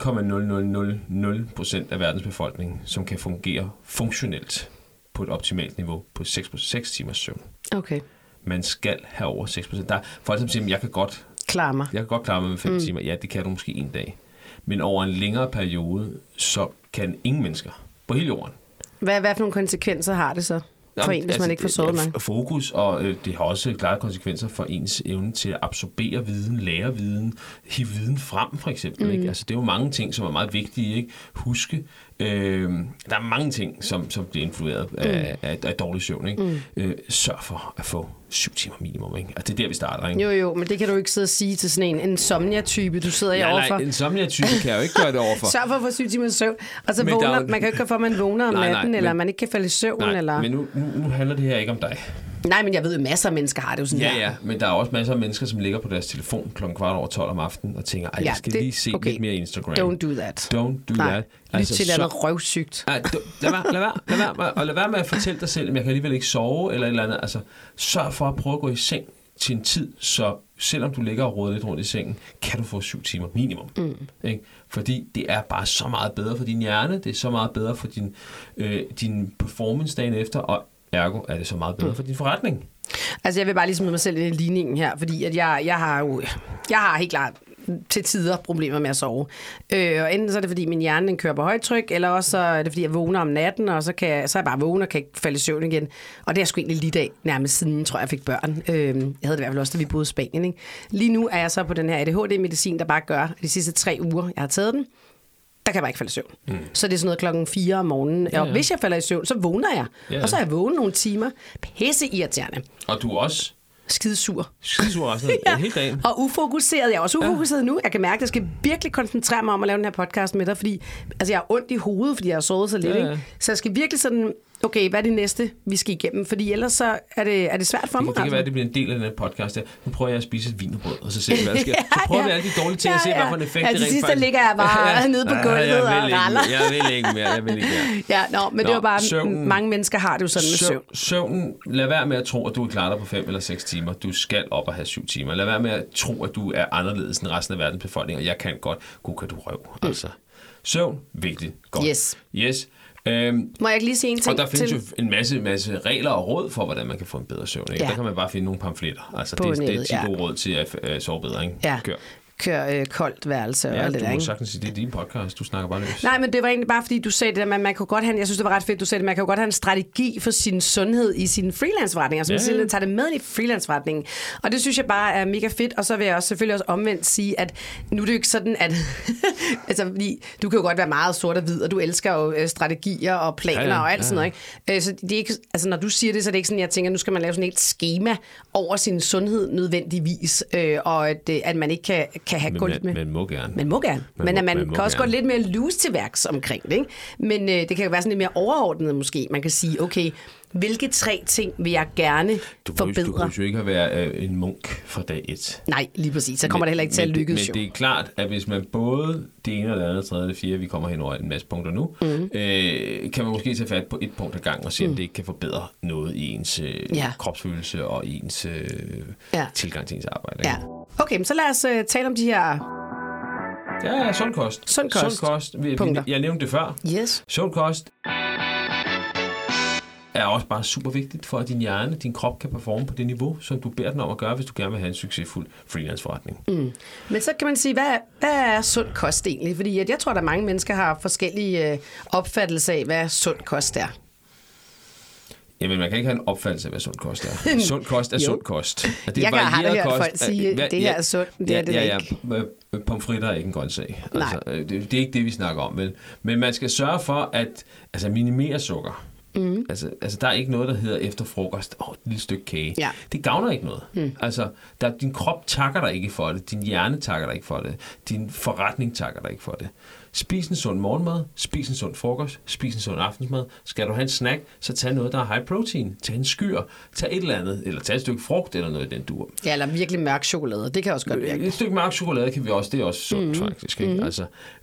0,0000% af verdens befolkning, som kan fungere funktionelt på et optimalt niveau på 6 timers søvn. Okay. Man skal have over 6%. Der er folk, som siger, at jeg kan godt klare mig med 5 timer. Ja, det kan du måske en dag. Men over en længere periode, så kan ingen mennesker på hele jorden. Hvad for nogle konsekvenser har det så? For en, hvis man ikke får sovet nok. Fokus, og det har også klare konsekvenser for ens evne til at absorbere viden, lære viden, hive viden frem, for eksempel. Ikke? Altså, det er jo mange ting, som er meget vigtige. Ikke? Huske, der er mange ting, som bliver influeret af dårlig søvn. Ikke? Sørg for at få 7 timer minimum. Ikke? Altså, det er der, vi starter. Ikke? Jo, men det kan du ikke sidde og sige til sådan en insomnia-type, du sidder overfor. Nej, insomnia-type kan jeg jo ikke gøre det overfor. Sørg for at få 7 timer søvn. Og så vågner, man kan ikke gøre for, at man vågner om natten, eller man ikke kan falde i søvn. Eller... Men nu handler det her ikke om dig. Nej, men jeg ved, at masser af mennesker har det jo sådan her. Ja, men der er også masser af mennesker, som ligger på deres telefon 12:15 om aftenen og tænker, jeg skal lige se lidt mere Instagram. Don't do that. Altså, lyt til noget røvsygt. Lad være med at fortælle dig selv, at jeg kan alligevel ikke sove, eller et eller andet. Altså, sørg for at prøve at gå i seng til en tid, så selvom du ligger og råder lidt rundt i sengen, kan du få 7 timer minimum. Ikke? Fordi det er bare så meget bedre for din hjerne, det er så meget bedre for din performance dagen efter, og ergo er det så meget bedre for din forretning. Altså jeg vil bare lige smide mig selv i ligningen her, fordi at jeg har helt klart til tider problemer med at sove. Og enten så er det, fordi min hjerne kører på højtryk, eller også så er det, fordi jeg vågner om natten, og så er jeg bare vågen og kan ikke falde i søvn igen. Og det er sgu egentlig lige dag, nærmest siden, tror jeg fik børn. Jeg havde det i hvert fald også, da vi boede i Spanien. Ikke? Lige nu er jeg så på den her ADHD-medicin, der bare gør, de sidste 3 uger, jeg har taget den, der kan jeg bare ikke falde i søvn. Så det er sådan noget klokken 4 om morgenen. Ja. Og hvis jeg falder i søvn, så vågner jeg. Ja. Og så er jeg vågen nogle timer. Pisse irriterende. Og du er også... Skidesur resten af hele dagen. Og ufokuseret. Jeg er også ufokuseret nu. Jeg kan mærke, at jeg skal virkelig koncentrere mig om at lave den her podcast med dig, fordi altså, jeg har ondt i hovedet, fordi jeg har sovet så lidt. Ikke? Så jeg skal virkelig sådan, okay, hvad er det næste, vi skal igennem? Fordi ellers så er det svært for mig. Det kan være, at det bliver en del af den her podcast her. Nu prøver jeg at spise et wienerbrød, og så ser vi, hvad der sker. Så prøver vi alle de dårlige ting, og se, hvad for en effekt det rent faktisk... Til sidst ligger jeg bare nede på gulvet og raller. Jeg vil ikke mere. Men det var bare, mange mennesker har det jo sådan med søvn. Søvnen, lad være med at tro, at du er klar dig på 5 eller 6 timer. Du skal op og have 7 timer. Lad være med at tro, at du er anderledes end resten af verdens befolkning, og jeg kan godt. God kan du røv. Altså, søvn, vigtigt. Godt. Yes. Må jeg ikke lige sige en ting? Og der findes jo en masse regler og råd for, hvordan man kan få en bedre søvn. Ikke? Ja. Der kan man bare finde nogle pamfletter. Altså, det er 10 gode råd til at sove bedre. Ikke? Ja. Kør koldt værelse og alt det der, du må ikke? sagtens sige, det er din podcast, du snakker bare løs. Nej, men det var egentlig bare, fordi du sagde det der, man kan godt have, jeg synes, det var ret fedt, du sagde det, man kan jo godt have en strategi for sin sundhed i sin freelance-forretning, altså man tager det med i freelance-forretningen, og det synes jeg bare er mega fedt, og så vil jeg også selvfølgelig også omvendt sige, at nu er det jo ikke sådan, at altså, fordi du kan jo godt være meget sort og hvid, og du elsker jo strategier og planer og alt sådan noget, ikke? Så det er ikke, altså når du siger det, så er det ikke sådan, jeg tænker, nu skal man lave sådan et helt schema over sin sundhed nødvendigvis, og at man ikke kan have gået lidt med. Man må gerne. Men at man kan også gå lidt mere loose til værks omkring det, ikke? Men det kan jo være sådan lidt mere overordnet måske. Man kan sige, okay, hvilke 3 ting vil jeg gerne forbedre? Du kan jo ikke være en munk fra dag 1. Nej, lige præcis. Så kommer det heller ikke til at lykkes. Men det er klart, at hvis man både det ene og det andet, tredje og det fjerde, vi kommer hen over en masse punkter nu, kan man måske tage fat på et punkt ad gang og se, om det ikke kan forbedre noget i ens kropsfølelse og i ens tilgang til ens arbejde. Ikke? Ja. Okay, så lad os tale om de her... Ja, sund kost. Sund kost. Jeg nævnte det før. Yes. Sund kost er også bare super vigtigt for, at din hjerne, din krop kan performe på det niveau, som du beder den om at gøre, hvis du gerne vil have en succesfuld freelance-forretning. Men så kan man sige, hvad er sund kost egentlig? Fordi jeg tror, at mange mennesker har forskellige opfattelser af, hvad sund kost er. Jamen, man kan ikke have en opfattelse af, hvad sund kost er. Sund kost er sund kost. Det jeg har da hørt folk sige, det her er sundt, det er det ikke. Pomfritter er ikke en grøntsag. Altså, det er ikke det, vi snakker om, vel? Men man skal sørge for at minimere sukker. Altså, der er ikke noget, der hedder efter frokost, et lille stykke kage. Ja. Det gavner ikke noget. Altså, din krop takker dig ikke for det. Din hjerne takker dig ikke for det. Din forretning takker dig ikke for det. Spis en sund morgenmad, spis en sund frokost, spis en sund aftensmad. Skal du have en snack, så tag noget, der er high protein. Tag en skyr, tag et eller andet, eller tag et stykke frugt eller noget i den dur. Ja, eller virkelig mørk chokolade, det kan også godt virke. Et stykke mørk chokolade kan vi også, det er også sundt faktisk. Ikke? Altså,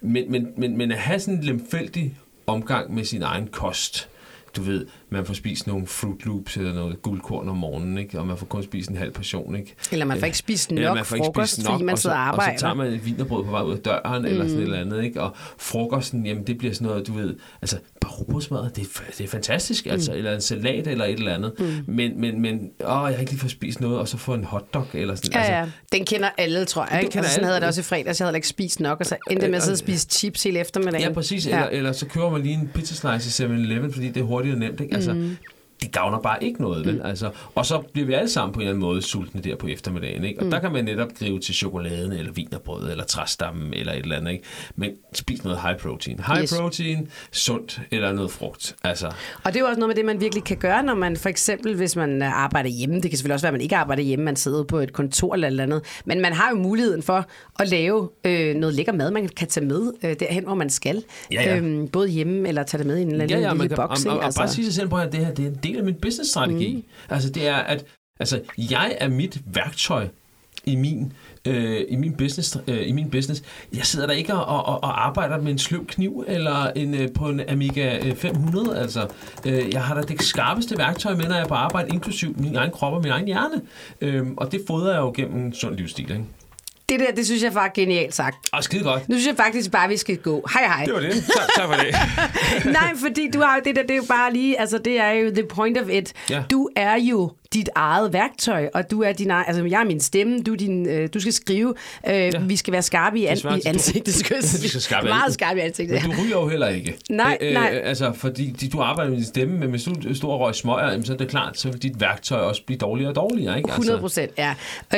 men at have sådan en lemfældig omgang med sin egen kost. Du ved, man får spist nogle Fruit Loops eller noget guldkorn om morgenen, ikke? Og man får kun spist en halv portion, ikke? Eller man får ikke spist nok frokost, fordi man sidder og arbejder. Og så tager man et wienerbrød på vej ud af døren, eller sådan et eller andet, ikke? Og frokosten, jamen det bliver sådan noget, du ved, altså bare rugbrødsmad, det er fantastisk, altså, eller en salat eller et eller andet. Men jeg har ikke lige fået spist noget, og så få en hotdog eller sådan. Ja, den kender alle, tror jeg, ikke? Altså, sådan havde jeg det også i fredags, jeg havde ikke spist nok, og så endte med at sidde og spise chips hele eftermiddagen. Ja, præcis, eller så køber man lige en pizza slice i 7-Eleven, fordi det er hurtigt og nemt, ikke? Altså, det gavner bare ikke noget, vel? Altså, og så bliver vi alle sammen på en eller anden måde sultne der på eftermiddagen, ikke? Og der kan man netop gribe til chokoladen, eller wienerbrød, eller træstammen, eller et eller andet, ikke? Men spis noget high protein. Protein, sundt, eller noget frugt. Altså. Og det er jo også noget med det, man virkelig kan gøre, når man for eksempel, hvis man arbejder hjemme, det kan selvfølgelig også være, at man ikke arbejder hjemme, man sidder på et kontor eller et andet, men man har jo muligheden for at lave noget lækker mad, man kan tage med derhen, hvor man skal. Både hjemme, eller tage det med i en eller anden lille boks. Og bare sige sig selv på, at det her, det er en del af min business-strategi. Altså, det er, at jeg er mit værktøj i min business. Jeg sidder der ikke og arbejder med en sløv kniv eller på en Amiga 500. Altså, jeg har da det skarpeste værktøj med, når jeg er på arbejde, inklusiv min egen krop og min egen hjerne. Og det fodrer jeg jo gennem en sund livsstil, ikke? Det synes jeg var genialt sagt. Og skide godt. Nu synes jeg faktisk bare, vi skal gå. Hej. Det var det. Tak for det. Nej, fordi du har det er jo bare lige, altså det er jo the point of it. Ja. Du er jo dit eget værktøj, og du er din egen, altså jeg er min stemme, du skal skrive, vi skal være skarpe i ansigtet. Du skal meget skarpe i ansigtet. Men du ryger jo heller ikke. Nej. Altså, fordi du arbejder med din stemme, men hvis du står og røg smøger, så er det klart, så vil dit værktøj også blive dårligere og dårligere, ikke? 100%, ja.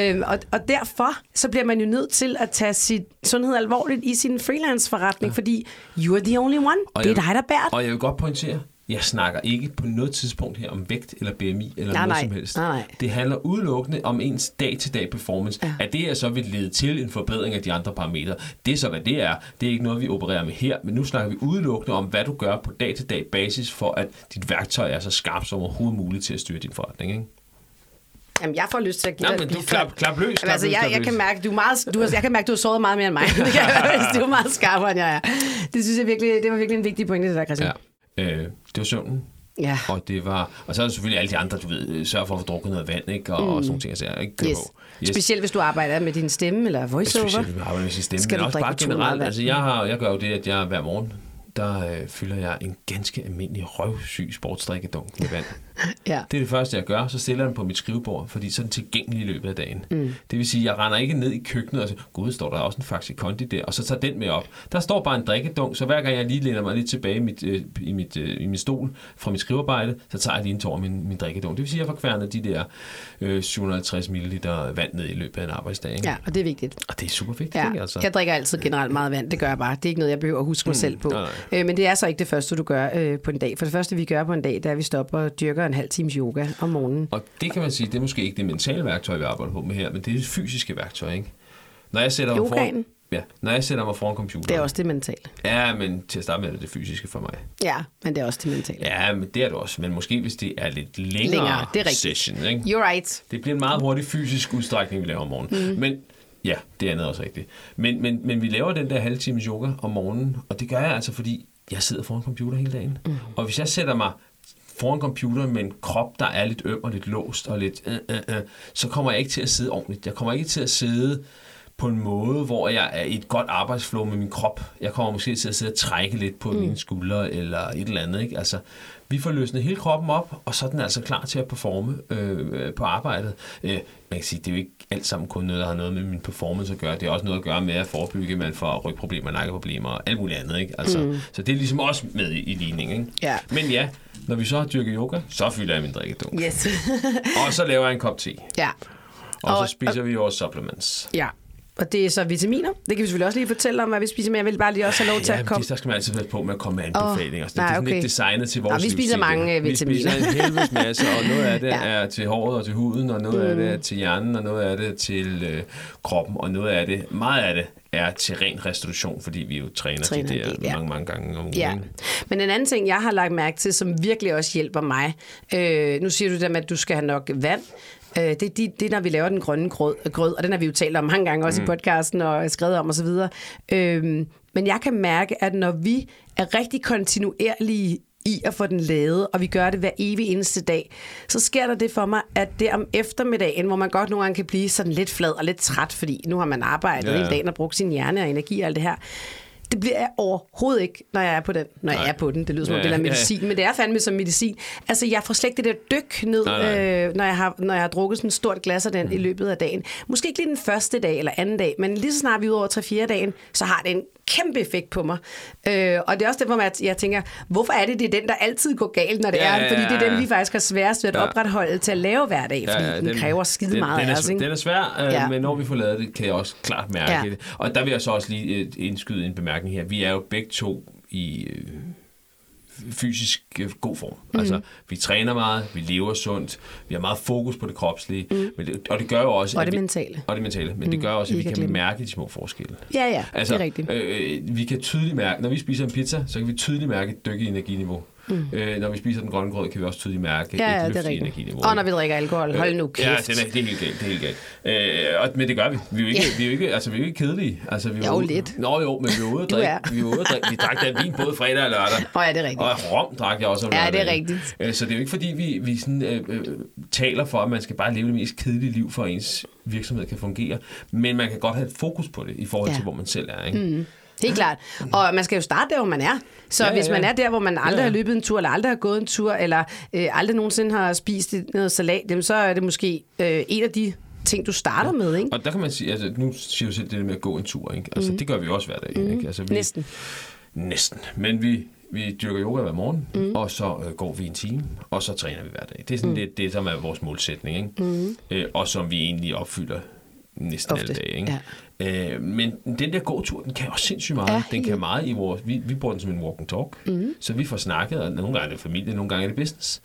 Og derfor, så bliver man jo nødt til at tage sit sundhed alvorligt i sin freelance-forretning, fordi you're the only one. Det er dig, der bærer. Og jeg vil godt pointere, jeg snakker ikke på noget tidspunkt her om vægt eller BMI eller noget som helst. Nej. Det handler udelukkende om ens dag-til-dag performance. Ja. At det så vil lede til en forbedring af de andre parametre. Det er så, hvad det er. Det er ikke noget, vi opererer med her, men nu snakker vi udelukkende om, hvad du gør på dag-til-dag basis, for at dit værktøj er så skarpt som overhovedet muligt til at styre din forretning, ikke? Jamen, jeg får lyst til at give dig... men du klap løs. Jeg kan mærke, du har sovet meget mere end mig. Det er jo meget skarpere, end jeg er. Det synes jeg virkelig, det var virkelig en vigtig pointe, det der, Christian. Ja. Det var søvnen. Ja. Og så er der selvfølgelig alle de andre, du ved, sørg for at få drukket noget vand, ikke? Og sådan nogle ting, jeg siger, ikke? Yes. Specielt hvis du arbejder med din stemme eller voiceover. Specielt hvis du arbejder med sin stemme, men også bare generelt. Altså, jeg gør jo det, at jeg hver morgen, der fylder jeg en ganske almindelig røvsyg sportsdrikkedunk med vand. Ja. Det er det første, jeg gør. Så stiller jeg den på mit skrivebord, fordi så er den tilgængelig i løbet af dagen. Det vil sige, jeg render ikke ned i køkkenet og siger, gud, står der også en Faxi Kondi der, og så tager den med op. Der står bare en drikkedunk, så hver gang jeg lige læner mig lidt tilbage i min stol fra mit skrivearbejde, så tager jeg lige en tår af min drikkedunk. Det vil sige, at jeg får kværnet de der 750 ml vand ned i løbet af en arbejdsdag. Ikke? Ja, og det er vigtigt. Og det er super vigtigt. Ja. Ikke, altså? Jeg drikker altid generelt meget vand, det gør jeg bare. Det er ikke noget, jeg behøver at huske mig selv på. Men det er så ikke det første, du gør på en dag. For det første, vi gør på en dag, det er, at vi stopper og dyrker en halv times yoga om morgenen. Og det kan man sige, det er måske ikke det mentale værktøj, vi arbejder på med her, men det er det fysiske værktøj, ikke? Når jeg sætter mig foran computeren. Det er også det mentale. Ja, men til at starte med er det fysiske for mig. Ja, men det er også det mentale. Ja, men det er det også. Men måske hvis det er lidt længere session, ikke? You're right. Det bliver en meget hurtig fysisk udstrækning, vi laver om morgenen. Men ja, det andet er også rigtigt. Men vi laver den der halve times yoga om morgenen, og det gør jeg altså, fordi jeg sidder foran computer hele dagen. Og hvis jeg sætter mig foran computeren med en krop, der er lidt øm og lidt låst og lidt så kommer jeg ikke til at sidde ordentligt. Jeg kommer ikke til at sidde på en måde, hvor jeg er i et godt arbejdsflow med min krop. Jeg kommer måske til at sidde og trække lidt på mine skuldre eller et eller andet. Ikke? Altså, vi får løsnet hele kroppen op, og så er den altså klar til at performe på arbejdet. Man kan sige, det er jo ikke alt sammen kun noget, der har noget med min performance at gøre. Det er også noget at gøre med at forebygge, at man får rygproblemer, nakkeproblemer og alt muligt andet. Ikke? Altså, så det er ligesom også med i ligning. Ikke? Ja. Men ja, når vi så har dyrket yoga, så fylder jeg min drikkedunk. Yes. Og så laver jeg en kop te. Ja. Og så spiser vi vores supplements. Ja. Og det er så vitaminer. Det kan vi selvfølgelig også lige fortælle om, hvad vi spiser, men jeg vil bare lige også have lov til at komme... der skal man altid være på med at komme med anbefalinger. Det er sådan lidt designet til vores livsstil. Vi spiser mange vitaminer. Vi spiser en helvedes masse, og noget af det er til håret og til huden, og noget af det er til hjernen, og noget af det er til kroppen, og noget af det, meget af det, er til ren restitution, fordi vi jo træner til det mange gange om ugen. Ja. Men en anden ting, jeg har lagt mærke til, som virkelig også hjælper mig, nu siger du det med, at du skal have nok vand. Det er, når vi laver den grønne grød, og den har vi jo talt om mange gange også i podcasten og skrevet om osv. Men jeg kan mærke, at når vi er rigtig kontinuerlige i at få den lavet, og vi gør det hver evig eneste dag, så sker der det for mig, at det om eftermiddagen, hvor man godt nogle gange kan blive sådan lidt flad og lidt træt, fordi nu har man arbejdet hele dagen og brugt sin hjerne og energi og alt det her. Det bliver jeg overhovedet ikke, når jeg er på den. Når jeg er på den. Det lyder som om det er medicin, men det er fandme som medicin. Altså, jeg får slet ikke det der dyk ned, når jeg har drukket sådan et stort glas af den i løbet af dagen. Måske ikke lige den første dag eller anden dag, men lige så snart vi er ud over 3-4 dagen, så har det en kæmpe effekt på mig. Og det er også derfor, at jeg tænker, hvorfor er det den, der altid går galt, når det er? Fordi det er den, vi faktisk har sværest ved at opretholde til at lave hver dag, fordi den kræver skide meget af os. Den er svær, men når vi får lavet det, kan jeg også klart mærke det. Og der vil jeg så også lige indskyde en bemærkning her. Vi er jo begge to i fysisk god form. Altså, vi træner meget, vi lever sundt, vi har meget fokus på det kropslige, og det gør jo også... Og det mentale. Og det mentale, men det gør også, at vi kan mærke de små forskelle. Ja, altså, det er rigtigt. Vi kan tydeligt mærke, når vi spiser en pizza, så kan vi tydeligt mærke et dyk i energiniveau. Når vi spiser den grønne grød, kan vi også tydeligt mærke et løft i energiniveau. Og når vi drikker alkohol, hold nu kæft. Ja, det er helt galt. Men det gør vi. Vi er jo ikke kedelige. Altså, vi jo lidt. Men vi er ude at drikke. Vi drak da vin både fredag og lørdag. Ja, det er rigtigt. Og rom drak jeg også om lørdag. Ja, det er rigtigt. Så det er jo ikke fordi, vi sådan, taler for, at man skal bare leve det mest kedelige liv, for ens virksomhed kan fungere. Men man kan godt have et fokus på det, i forhold til, hvor man selv er. Ikke? Helt klart. Og man skal jo starte der, hvor man er. Så hvis man er der, hvor man aldrig har løbet en tur, eller aldrig har gået en tur, eller aldrig nogensinde har spist noget salat, så er det måske en af de ting, du starter med, ikke? Og der kan man sige, altså nu siger du selv det med at gå en tur, ikke? Altså det gør vi også hver dag, ikke? Altså, Næsten. Men vi dyrker yoga hver morgen, og så går vi en time, og så træner vi hver dag. Det er sådan lidt det, som er vores målsætning, ikke? Og som vi egentlig opfylder næsten alle dage, ikke? Ja. Men den der gåtur, den kan også sindssygt meget. Ja, den kan meget i vores... Vi bruger den som en walk and talk, så vi får snakket, og nogle gange er det familie, nogle gange er det business.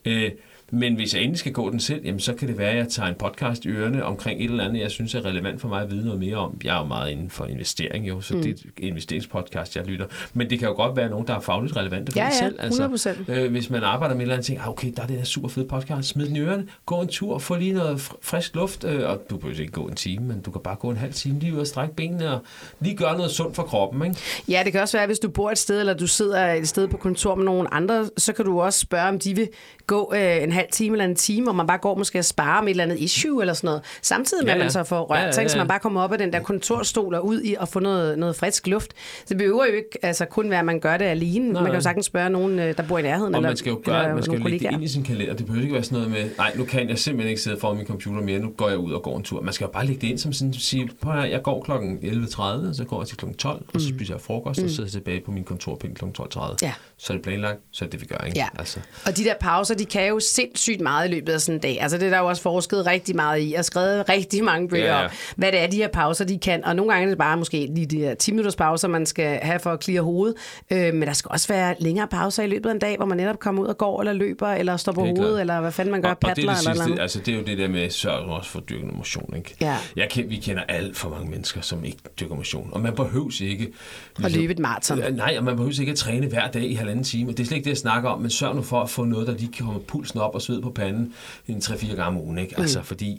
Men hvis jeg endelig skal gå den selv, jamen, så kan det være, at jeg tager en podcast i ørerne omkring et eller andet, jeg synes er relevant for mig at vide noget mere om. Jeg er jo meget inden for investering, jo, så det er et investeringspodcast, jeg lytter. Men det kan jo godt være nogen, der er fagligt relevante for mig selv. 100%. Hvis man arbejder med et eller andet ting, okay, der er det der super fede podcast, smid den i ørerne, gå en tur, få lige noget frisk luft, og du behøver ikke gå en time, men du kan bare gå en halv time lige ud og strække benene og lige gøre noget sundt for kroppen, ikke? Ja, det kan også være, hvis du bor et sted, eller du sidder et sted på kontor med nogle andre, så kan du også spørge, om de vil gå en halv time eller en time, hvor man bare går måske og sparer med et eller andet issue eller sådan noget. Samtidig med, at man så får rørt ting, så man bare kommer op af den der kontorstol og ud i og få noget frisk luft. Det behøver jo ikke kun være, at man gør det alene. Man kan jo sagtens spørge nogen, der bor i nærheden. Og eller, man skal jo lægge det ind i sin kalender. Det behøver ikke være sådan noget med, nej, nu kan jeg simpelthen ikke sidde foran min computer mere, nu går jeg ud og går en tur. Man skal jo bare lægge det ind som sådan, sige, jeg går kl. 11.30, så går jeg til kl. 12, og så spiser jeg frokost, og sidder tilbage på min kontorpind kl. 12.30. Ja. Så er det planlagt, så er det vi gør, ikke? Ja. Altså. Og de der pauser, de kan jo sindssygt meget i løbet af sådan en dag. Altså det er der jo også forsket rigtig meget i, og skrevet rigtig mange bøger om, hvad det er, de her pauser, de kan. Og nogle gange er det bare måske lige de her 10-minutters pauser, man skal have for at clear hovedet. Men der skal også være længere pauser i løbet af en dag, hvor man netop kommer ud og går, eller løber, eller står på hovedet, klar. Eller hvad fanden man gør, paddler eller eller noget. Altså det er jo det der med sørg også for dyrkende motion, ikke? Ja. Vi kender alt for mange mennesker, som ikke dyrker motion. Og man behøves ikke... At løbe et maraton. Nej, og man behøves ikke at træne hver dag i 1,5 time. Det er slet ikke det, jeg snakker om, men sørg nu for at få noget, der lige kan komme pulsen op og sved på panden 3-4 gange om ugen, ikke? Altså, fordi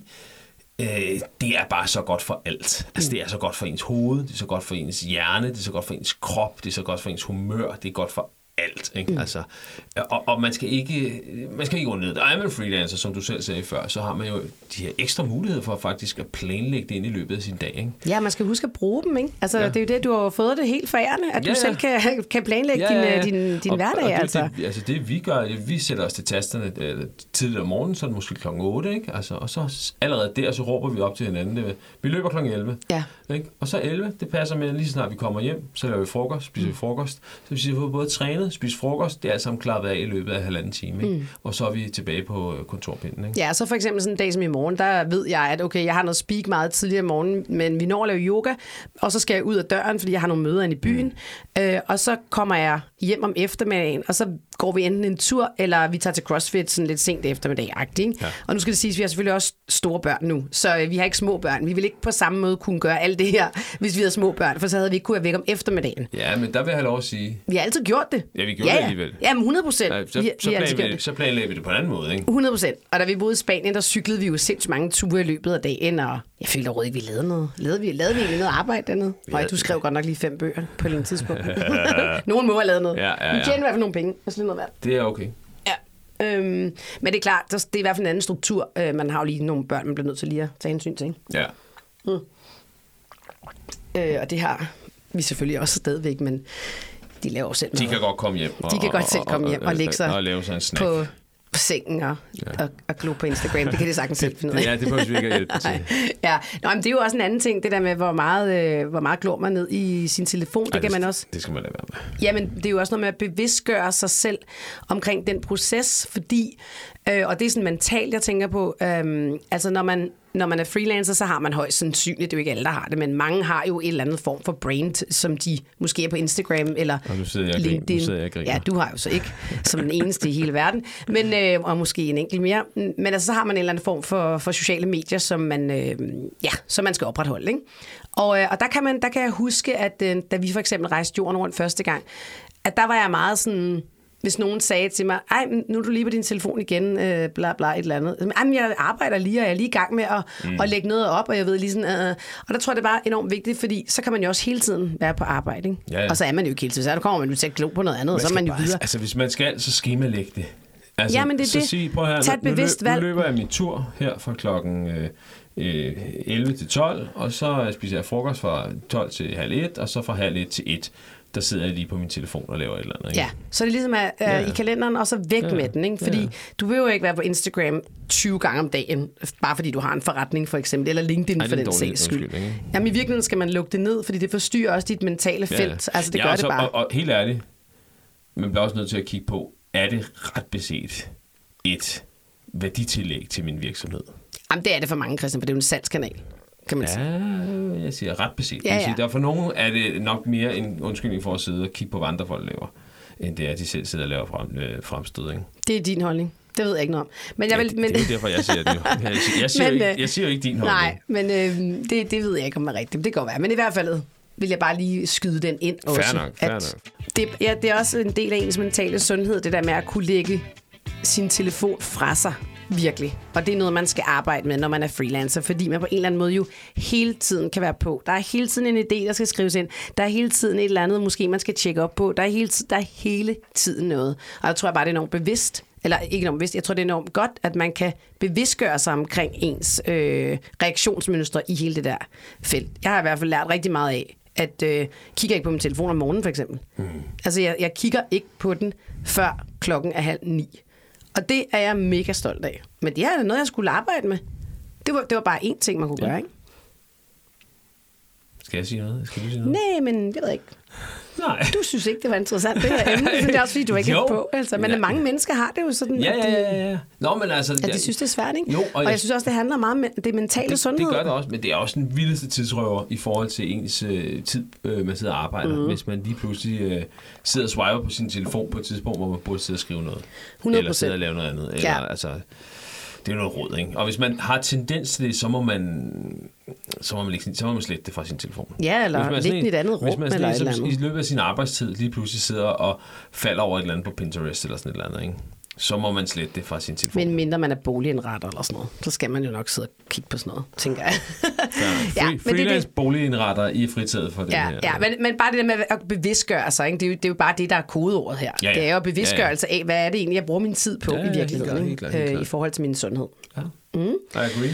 det er bare så godt for alt. Altså, det er så godt for ens hoved, det er så godt for ens hjerne, det er så godt for ens krop, det er så godt for ens humør, det er godt for alt, ikke? Altså, og man skal ikke gå ned. Der er man freelancer, som du selv sagde før, så har man jo de her ekstra muligheder for faktisk at planlægge det ind i løbet af sin dag, ikke? Ja, man skal huske at bruge dem, ikke? Altså, det er jo det, du har fået det helt forærende, at du selv kan planlægge din hverdag, altså. Det vi gør, vi sætter os til tasterne tidligere om morgenen, så er det måske kl. 8, ikke? Altså, og så allerede der, så råber vi op til hinanden. Vi løber kl. 11, ikke? Og så 11, det passer med, lige så snart vi kommer hjem, så laver vi frokost, spiser vi frokost, så vi siger, både trænet, spise frokost, det er alt sammen klappet af i løbet af 1,5 time, ikke? Og så er vi tilbage på kontorpinden, ikke? Ja, så for eksempel sådan en dag som i morgen, der ved jeg, at okay, jeg har noget speak meget tidligere i morgen, men vi når at lave yoga, og så skal jeg ud af døren, fordi jeg har nogle møder inde i byen, og så kommer jeg hjem om eftermiddagen, og så går vi enten en tur, eller vi tager til CrossFit sådan lidt sent eftermiddag-agtigt. Ja. Og nu skal det siges, at vi har selvfølgelig også store børn nu, så vi har ikke små børn. Vi vil ikke på samme måde kunne gøre alt det her, hvis vi havde små børn, for så havde vi ikke kunne være væk om eftermiddagen. Ja, men der vil jeg have lov at sige... Vi har altid gjort det. Ja, vi gjorde det alligevel. Ja, men 100%. Så planlægger vi det på en anden måde, ikke? 100%. Og da vi boede i Spanien, der cyklede vi jo sindssygt mange ture i løbet af dagen, og jeg følte overhovedet, at vi lavede noget. Lavede vi egentlig noget arbejde dernede? Nej, du skrev godt nok lige 5 bøger på et tidspunkt. Nogen må have lavet noget. Vi tjener i hvert fald nogle penge. Det er okay. Ja. Men det er klart, det er i hvert fald en anden struktur. Man har jo lige nogle børn, man bliver nødt til lige at tage hensyn til, ikke? Ja. Og det har vi selvfølgelig også stadigvæk, men de laver selv noget. De kan godt komme hjem. De kan godt selv komme hjem og lægge sig og lave sig en snack på sengen og glo på Instagram. Det kan det sagtens selv finde ud af. Ja, det behøver vi ikke at hjælpe til. Ja. Nå, men det er jo også en anden ting, det der med, hvor meget glor man ned i sin telefon. Det kan man også. Det skal man lade være med. Jamen, det er jo også noget med at bevidstgøre sig selv omkring den proces, fordi, og det er sådan mentalt, jeg tænker på, altså når man er freelancer, så har man højst sandsynligt, det er jo ikke alle, der har det, men mange har jo en eller anden form for brand, som de måske er på Instagram eller LinkedIn. Ja, du har jo så ikke som den eneste i hele verden, men, og måske en enkelt mere. Men altså, så har man en eller anden form for sociale medier, som man skal opretholde, ikke? Og der kan jeg huske, at da vi for eksempel rejste jorden rundt første gang, at der var jeg meget sådan... Hvis nogen sagde til mig, ej, nu er du lige på din telefon igen, bla bla, et eller andet. Ej, men jeg arbejder lige, og jeg er lige i gang med at lægge noget op, og jeg ved lige sådan... Og der tror jeg, det er bare enormt vigtigt, fordi så kan man jo også hele tiden være på arbejde, ikke? Ja. Og så er man jo ikke hele tiden. Så kommer man jo til at glo på noget andet, og så er man jo videre. Altså, hvis man skal, så skemalægge det. Altså, ja, men det er så det. Sig, prøv her, tag et bevidst valg. Nu løber jeg min tur her fra klokken 11 til 12, og så spiser jeg frokost fra 12 til halv 1, og så fra halv 1 til 1, der sidder jeg lige på min telefon og laver et eller andet. Ikke? Ja, så det er ligesom i kalenderen, og så væk med den, ikke? Fordi du vil jo ikke være på Instagram 20 gange om dagen, bare fordi du har en forretning for eksempel, eller LinkedIn for den sags skyld. Jamen i virkeligheden skal man lukke det ned, fordi det forstyrrer også dit mentale felt. Altså det gør også, det bare. Og helt ærligt, man bliver også nødt til at kigge på, er det ret beset et værditillæg til min virksomhed? Jamen det er det for mange, Christian, for det er jo en salgskanal, kan man sige. Ja, jeg siger ret beset. Ja. Der for nogen er det nok mere en undskyldning for at sidde og kigge på, hvad andre folk laver, end det er, at de selv sidder og laver fremstød. Ikke? Det er din holdning. Det ved jeg ikke noget om. Men jeg vil, det er derfor, jeg siger det. Jeg siger jo ikke din holdning. Nej, men det ved jeg ikke, om er rigtigt. Det kan godt være. Men i hvert fald vil jeg bare lige skyde den ind også. Fair nok. Det er også en del af ens mentale sundhed, det der med at kunne lægge sin telefon fra sig. Virkelig. Og det er noget, man skal arbejde med, når man er freelancer, fordi man på en eller anden måde jo hele tiden kan være på. Der er hele tiden en idé, der skal skrives ind. Der er hele tiden et eller andet, måske man skal tjekke op på. Der er hele tiden noget. Og jeg tror bare, det er enormt bevidst. Eller ikke enormt bevidst. Jeg tror, det er enormt godt, at man kan bevidstgøre sig omkring ens reaktionsmønstre i hele det der felt. Jeg har i hvert fald lært rigtig meget af, at kigger ikke på min telefon om morgenen, for eksempel. Altså, jeg kigger ikke på den, før klokken er 8:30. Og det er jeg mega stolt af. Men det er noget, jeg skulle arbejde med. Det var bare én ting, man kunne gøre, ikke? Skal jeg sige noget? Skal du sige noget? Nej, men det ved jeg ikke. Nej. Du synes ikke, det var interessant, det her emne. Det er også, fordi du ikke er på. Altså. Men mange mennesker har det jo sådan, ja. Nå, men altså, at de synes, det er svært, ikke? Jo, og jeg synes også, det handler meget om det mentale sundhed. Det gør det også, men det er også den vildeste tidsrøver i forhold til ens tid, man sidder og arbejder. Hvis man lige pludselig sidder og swiper på sin telefon på et tidspunkt, hvor man burde sidde og skrive noget. 100%. Eller sidde og lave noget andet. Eller, altså, det er jo noget råd, ikke? Og hvis man har tendens til det, så må man slette det fra sin telefon. Ja, eller lægge den i et andet rum, eller et eller andet. I løbet af sin arbejdstid lige pludselig sidder og falder over et eller andet på Pinterest eller sådan et eller andet, ikke? Så må man slette det fra sin telefon. Men mindre man er boligindretter eller sådan noget, så skal man jo nok sidde og kigge på sådan noget, tænker jeg. Freelance boligindretter i fritid for det her. Ja, men bare det der med at bevidstgøre sig, ikke? Det er jo bare det, der er kodeordet her. Ja. Det er jo bevidstgørelse af, hvad er det egentlig, jeg bruger min tid på i virkeligheden, helt klart. I forhold til min sundhed. Ja. I agree.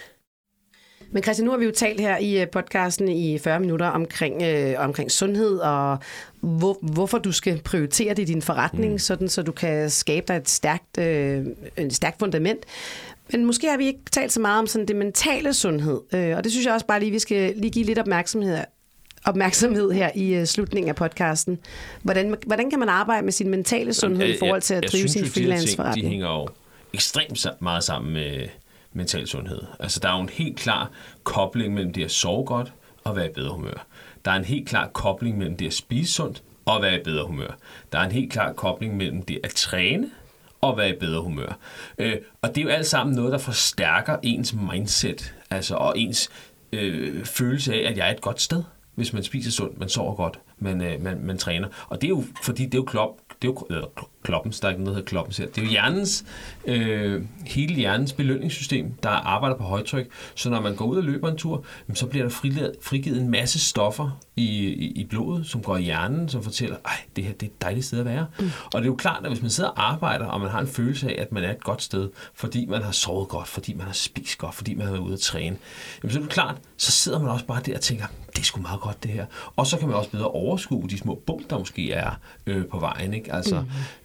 Men Christian, nu har vi jo talt her i podcasten i 40 minutter omkring sundhed, og hvorfor du skal prioritere det i din forretning, sådan, så du kan skabe dig et stærkt fundament. Men måske har vi ikke talt så meget om sådan det mentale sundhed, og det synes jeg også bare lige, vi skal lige give lidt opmærksomhed her i slutningen af podcasten. Hvordan kan man arbejde med sin mentale sundhed i forhold til at drive sin freelance-forretning? De hænger jo ekstremt meget sammen med mental sundhed. Altså, der er jo en helt klar kobling mellem det at sove godt og være i bedre humør. Der er en helt klar kobling mellem det at spise sundt og være i bedre humør. Der er en helt klar kobling mellem det at træne og være i bedre humør. Og det er jo alt sammen noget, der forstærker ens mindset, altså, og ens følelse af, at jeg er et godt sted, hvis man spiser sundt, man sover godt, man træner. Og det er jo, fordi det er jo kloppens, der er ikke noget, der hedder kloppens her. Det er jo hjernens, hele hjernens belønningssystem, der arbejder på højtryk. Så når man går ud og løber en tur, så bliver der frigivet en masse stoffer i blodet, som går i hjernen, som fortæller, det her det er et dejligt sted at være. Og det er jo klart, at hvis man sidder og arbejder, og man har en følelse af, at man er et godt sted, fordi man har sovet godt, fordi man har spist godt, fordi man har været ude at træne, jamen, så er det klart, så sidder man også bare der og tænker, det er sgu meget godt det her. Og så kan man også bedre overskue de små bump, der måske er på vejen, ikke? Altså,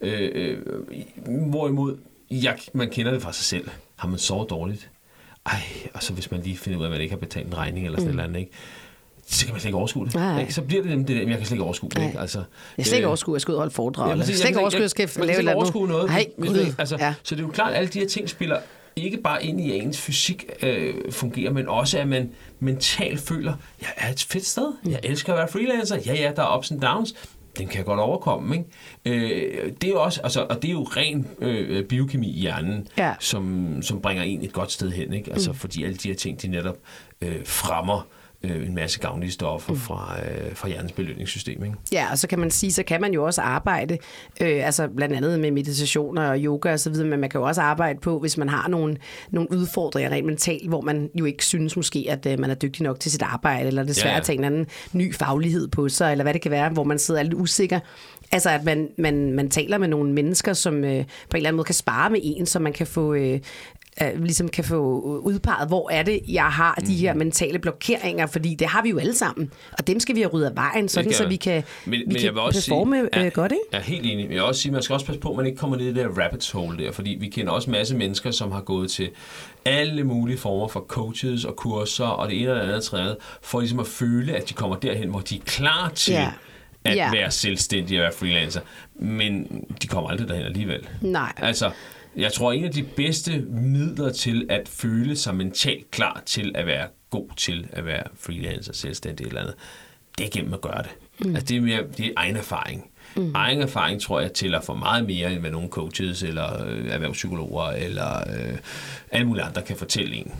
hvorimod, man kender det fra sig selv. Har man sovet dårligt? Og så hvis man lige finder ud af, at man ikke har betalt en regning eller sådan eller andet, ikke? Så kan man slet ikke overskue det. Ikke? Så bliver det der, men jeg kan slet ikke overskue det. Ikke? Altså, jeg kan slet ikke overskue, at jeg skal ud og holde foredrag. Jeg kan slet ikke overskue, at jeg skal lave et overskue noget. Så det er jo klart, at alle de her ting spiller ikke bare ind i, at ens fysik fungerer, men også, at man mentalt føler, jeg er et fedt sted. Jeg elsker at være freelancer. Ja, der er ups and downs. Den kan jeg godt overkomme, ikke? Det er jo også, altså, og det er jo ren biokemi i hjernen, som bringer en et godt sted hen, ikke? Altså, fordi alle de her ting, de netop fremmer en masse gavnlige stoffer fra hjernens belønningssystem, ikke? Ja, og så kan man sige, så kan man jo også arbejde, altså blandt andet med meditationer og yoga og så videre, men man kan jo også arbejde på, hvis man har nogle udfordringer rent mentalt, hvor man jo ikke synes måske, at man er dygtig nok til sit arbejde, eller det er svært at tage en anden ny faglighed på sig, eller hvad det kan være, hvor man sidder lidt usikker. Altså, at man taler med nogle mennesker, som på en eller anden måde kan spare med en, så man kan få ligesom kan få udpeget, hvor er det, jeg har de her mentale blokeringer, fordi det har vi jo alle sammen, og dem skal vi have ryddet af vejen, sådan så vi kan, performe godt, ikke? Jeg er helt enig, men jeg vil også sige, man skal også passe på, at man ikke kommer ned i det der rabbit hole der, fordi vi kender også en masse mennesker, som har gået til alle mulige former for coaches og kurser, og det ene eller andet trænet, for ligesom at føle, at de kommer derhen, hvor de er klar til at være selvstændige og være freelancer, men de kommer aldrig derhen alligevel. Nej. Altså, jeg tror, en af de bedste midler til at føle sig mentalt klar til at være god til at være freelancer, selvstændig eller andet, det er gennem at gøre det. Altså, det er egen erfaring. Egen erfaring, tror jeg, tæller for meget mere, end hvad nogle coaches eller erhvervspsykologer eller alle mulige andre kan fortælle en.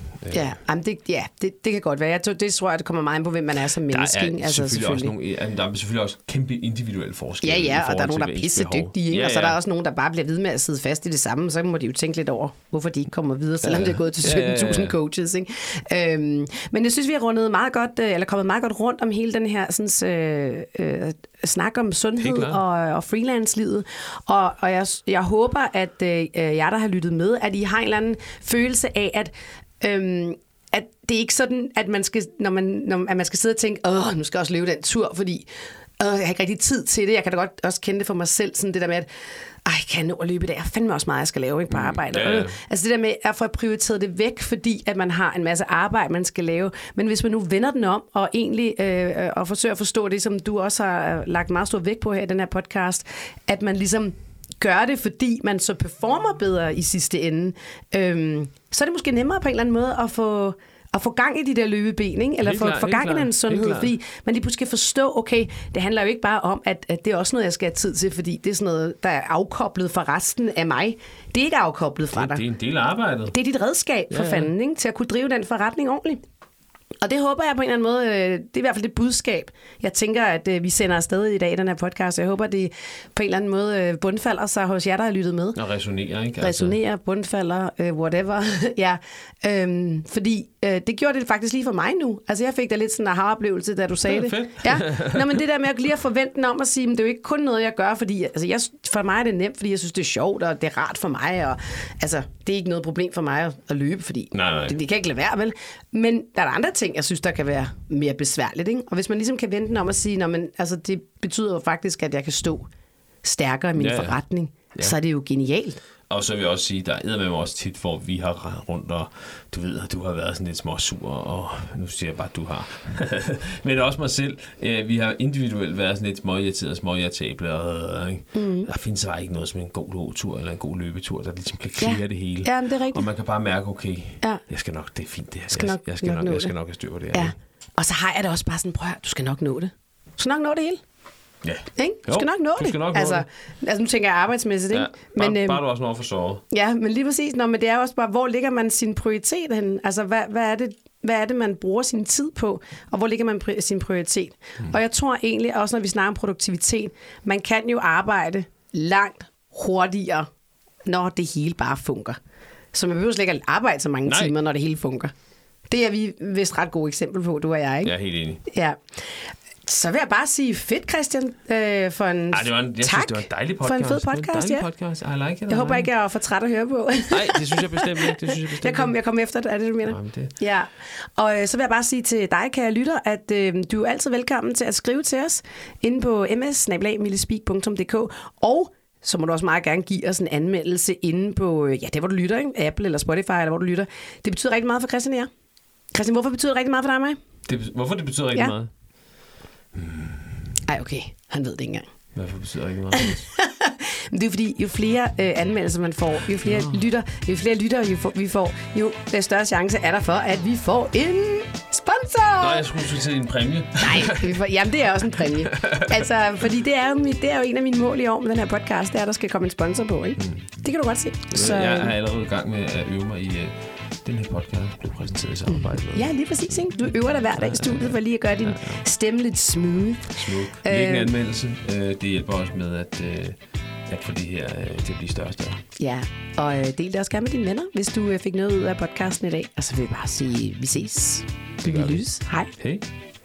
Det kan godt være. Det tror jeg, det kommer meget ind på, hvem man er som menneske. Der er selvfølgelig også kæmpe individuelle forskelle. Ja, og der er nogen, der er pisse dygtige, og så er der også nogen, der bare bliver ved med at sidde fast i det samme, så må de jo tænke lidt over, hvorfor de ikke kommer videre, selvom det er gået til 17.000 coaches. Ikke? Men jeg synes, vi har rundet meget godt, eller kommet meget godt rundt om hele den her snak om sundhed og freelance-livet. Og jeg håber, at jer, der har lyttet med, at I har en eller anden følelse af, at det er ikke sådan, at man skal, når man skal sidde og tænke, nu skal jeg også løbe den tur, fordi jeg har ikke rigtig tid til det. Jeg kan da godt også kende det for mig selv, sådan det der med, at kan jeg nå at løbe i dag? Jeg fandme også meget, jeg skal lave, ikke, på arbejde. Altså det der med at få prioriteret det væk, fordi at man har en masse arbejde, man skal lave. Men hvis man nu vender den om, og egentlig og forsøger at forstå det, som du også har lagt meget stor vægt på her i den her podcast, at man ligesom gør det, fordi man så performer bedre i sidste ende, så er det måske nemmere på en eller anden måde at få gang i de der løbeben, ikke? Eller få gang i den sundhed, fordi man lige pludselig forstå, okay, det handler jo ikke bare om, at det er også noget, jeg skal have tid til, fordi det er sådan noget, der er afkoblet fra resten af mig. Det er ikke afkoblet fra dig. Det er en del af arbejdet. Det er dit redskab for fanden, ikke? Til at kunne drive den forretning ordentligt. Og det håber jeg på en eller anden måde, det er i hvert fald det budskab, jeg tænker, at vi sender afsted i dag i den her podcast. Jeg håber, det på en eller anden måde bundfalder sig hos jer, der har lyttet med. Og resonerer, ikke? Resonerer, bundfalder, whatever. Fordi det gjorde det faktisk lige for mig nu. Altså jeg fik da lidt sådan en aha-oplevelse, da du sagde det. Men det der med at lige at forvente den om at sige, men det er jo ikke kun noget, jeg gør, fordi for mig er det nemt, fordi jeg synes, det er sjovt, og det er rart for mig, og altså, det er ikke noget problem for mig at løbe, fordi det kan ikke lade være, vel? Men der er andre ting, jeg synes, der kan være mere besværligt, ikke? Og hvis man ligesom kan vente den om at sige, det betyder jo faktisk, at jeg kan stå stærkere i min forretning, så er det jo genialt. Og så vil jeg også sige, der er med også tit, hvor vi har rundt, og du ved, at du har været sådan lidt småsur, og nu siger jeg bare, at du har. Men også mig selv. Vi har individuelt været sådan lidt småirriteret og småirritable, og der findes bare ikke noget som en god gåtur eller en god løbetur, der ligesom kan cleare det hele. Ja, det er rigtigt. Og man kan bare mærke, okay, jeg skal nok, det er fint det her. Jeg skal nok have styr på det her. Ja. Og så har jeg det også bare sådan, prøv at du skal nok nå det. Du skal nok nå det hele. Ja. Du skal nok nå det. Altså, nu tænker jeg arbejdsmæssigt, ikke? Ja, bare du også når for sovet. Ja, men lige præcis. Men det er også bare, hvor ligger man sin prioritet hen? Altså, hvad er det, man bruger sin tid på? Og hvor ligger man sin prioritet? Og jeg tror egentlig, også når vi snakker om produktivitet, man kan jo arbejde langt hurtigere, når det hele bare fungerer. Så man behøver slet ikke at arbejde så mange timer, når det hele fungerer. Det er vi vist ret gode eksempel på, du og jeg, ikke? Jeg er helt enig. Ja. Så vil jeg bare sige fedt, Christian, for en synes, det var en dejlig podcast. For en fed podcast, podcast. I like it. Jeg håber ikke, jeg er for træt at høre på. Nej, det synes jeg bestemt ikke. Jeg kom efter det, er det, du mener? Jamen, det. Ja, og så vil jeg bare sige til dig, kære lytter, at du er altid velkommen til at skrive til os inde på ms@millespeak.dk, og så må du også meget gerne give os en anmeldelse inde på, det hvor du lytter, ikke? Apple eller Spotify, eller hvor du lytter. Det betyder rigtig meget for Christian og jeg. Christian, hvorfor betyder det rigtig meget for dig og mig? Hvorfor det betyder rigtig meget? Ej, okay. Han ved det ikke engang. Hvorfor betyder det ikke meget? Men det er fordi, jo flere anmeldelser man får, jo flere lyttere vi får, jo større chance er der for, at vi får en sponsor. Nå, jeg skulle til en præmie. Nej, jamen det er også en præmie. Altså, fordi det er jo en af mine mål i år med den her podcast, det er, at der skal komme en sponsor på, ikke? Det kan du godt se. Så jeg er allerede i gang med at øve mig i den her podcast blev præsenteret i samarbejde med. Ja, lige præcis. Ikke? Du øver dig hver dag i studiet for lige at gøre din stemme lidt smooth. Læg en anmeldelse. Det hjælper også med at få det her til at blive større og større. Ja, og del det også gerne med dine venner, hvis du fik noget ud af podcasten i dag. Og så vil jeg bare sige, vi ses. Det gør vi. Hej. Hej.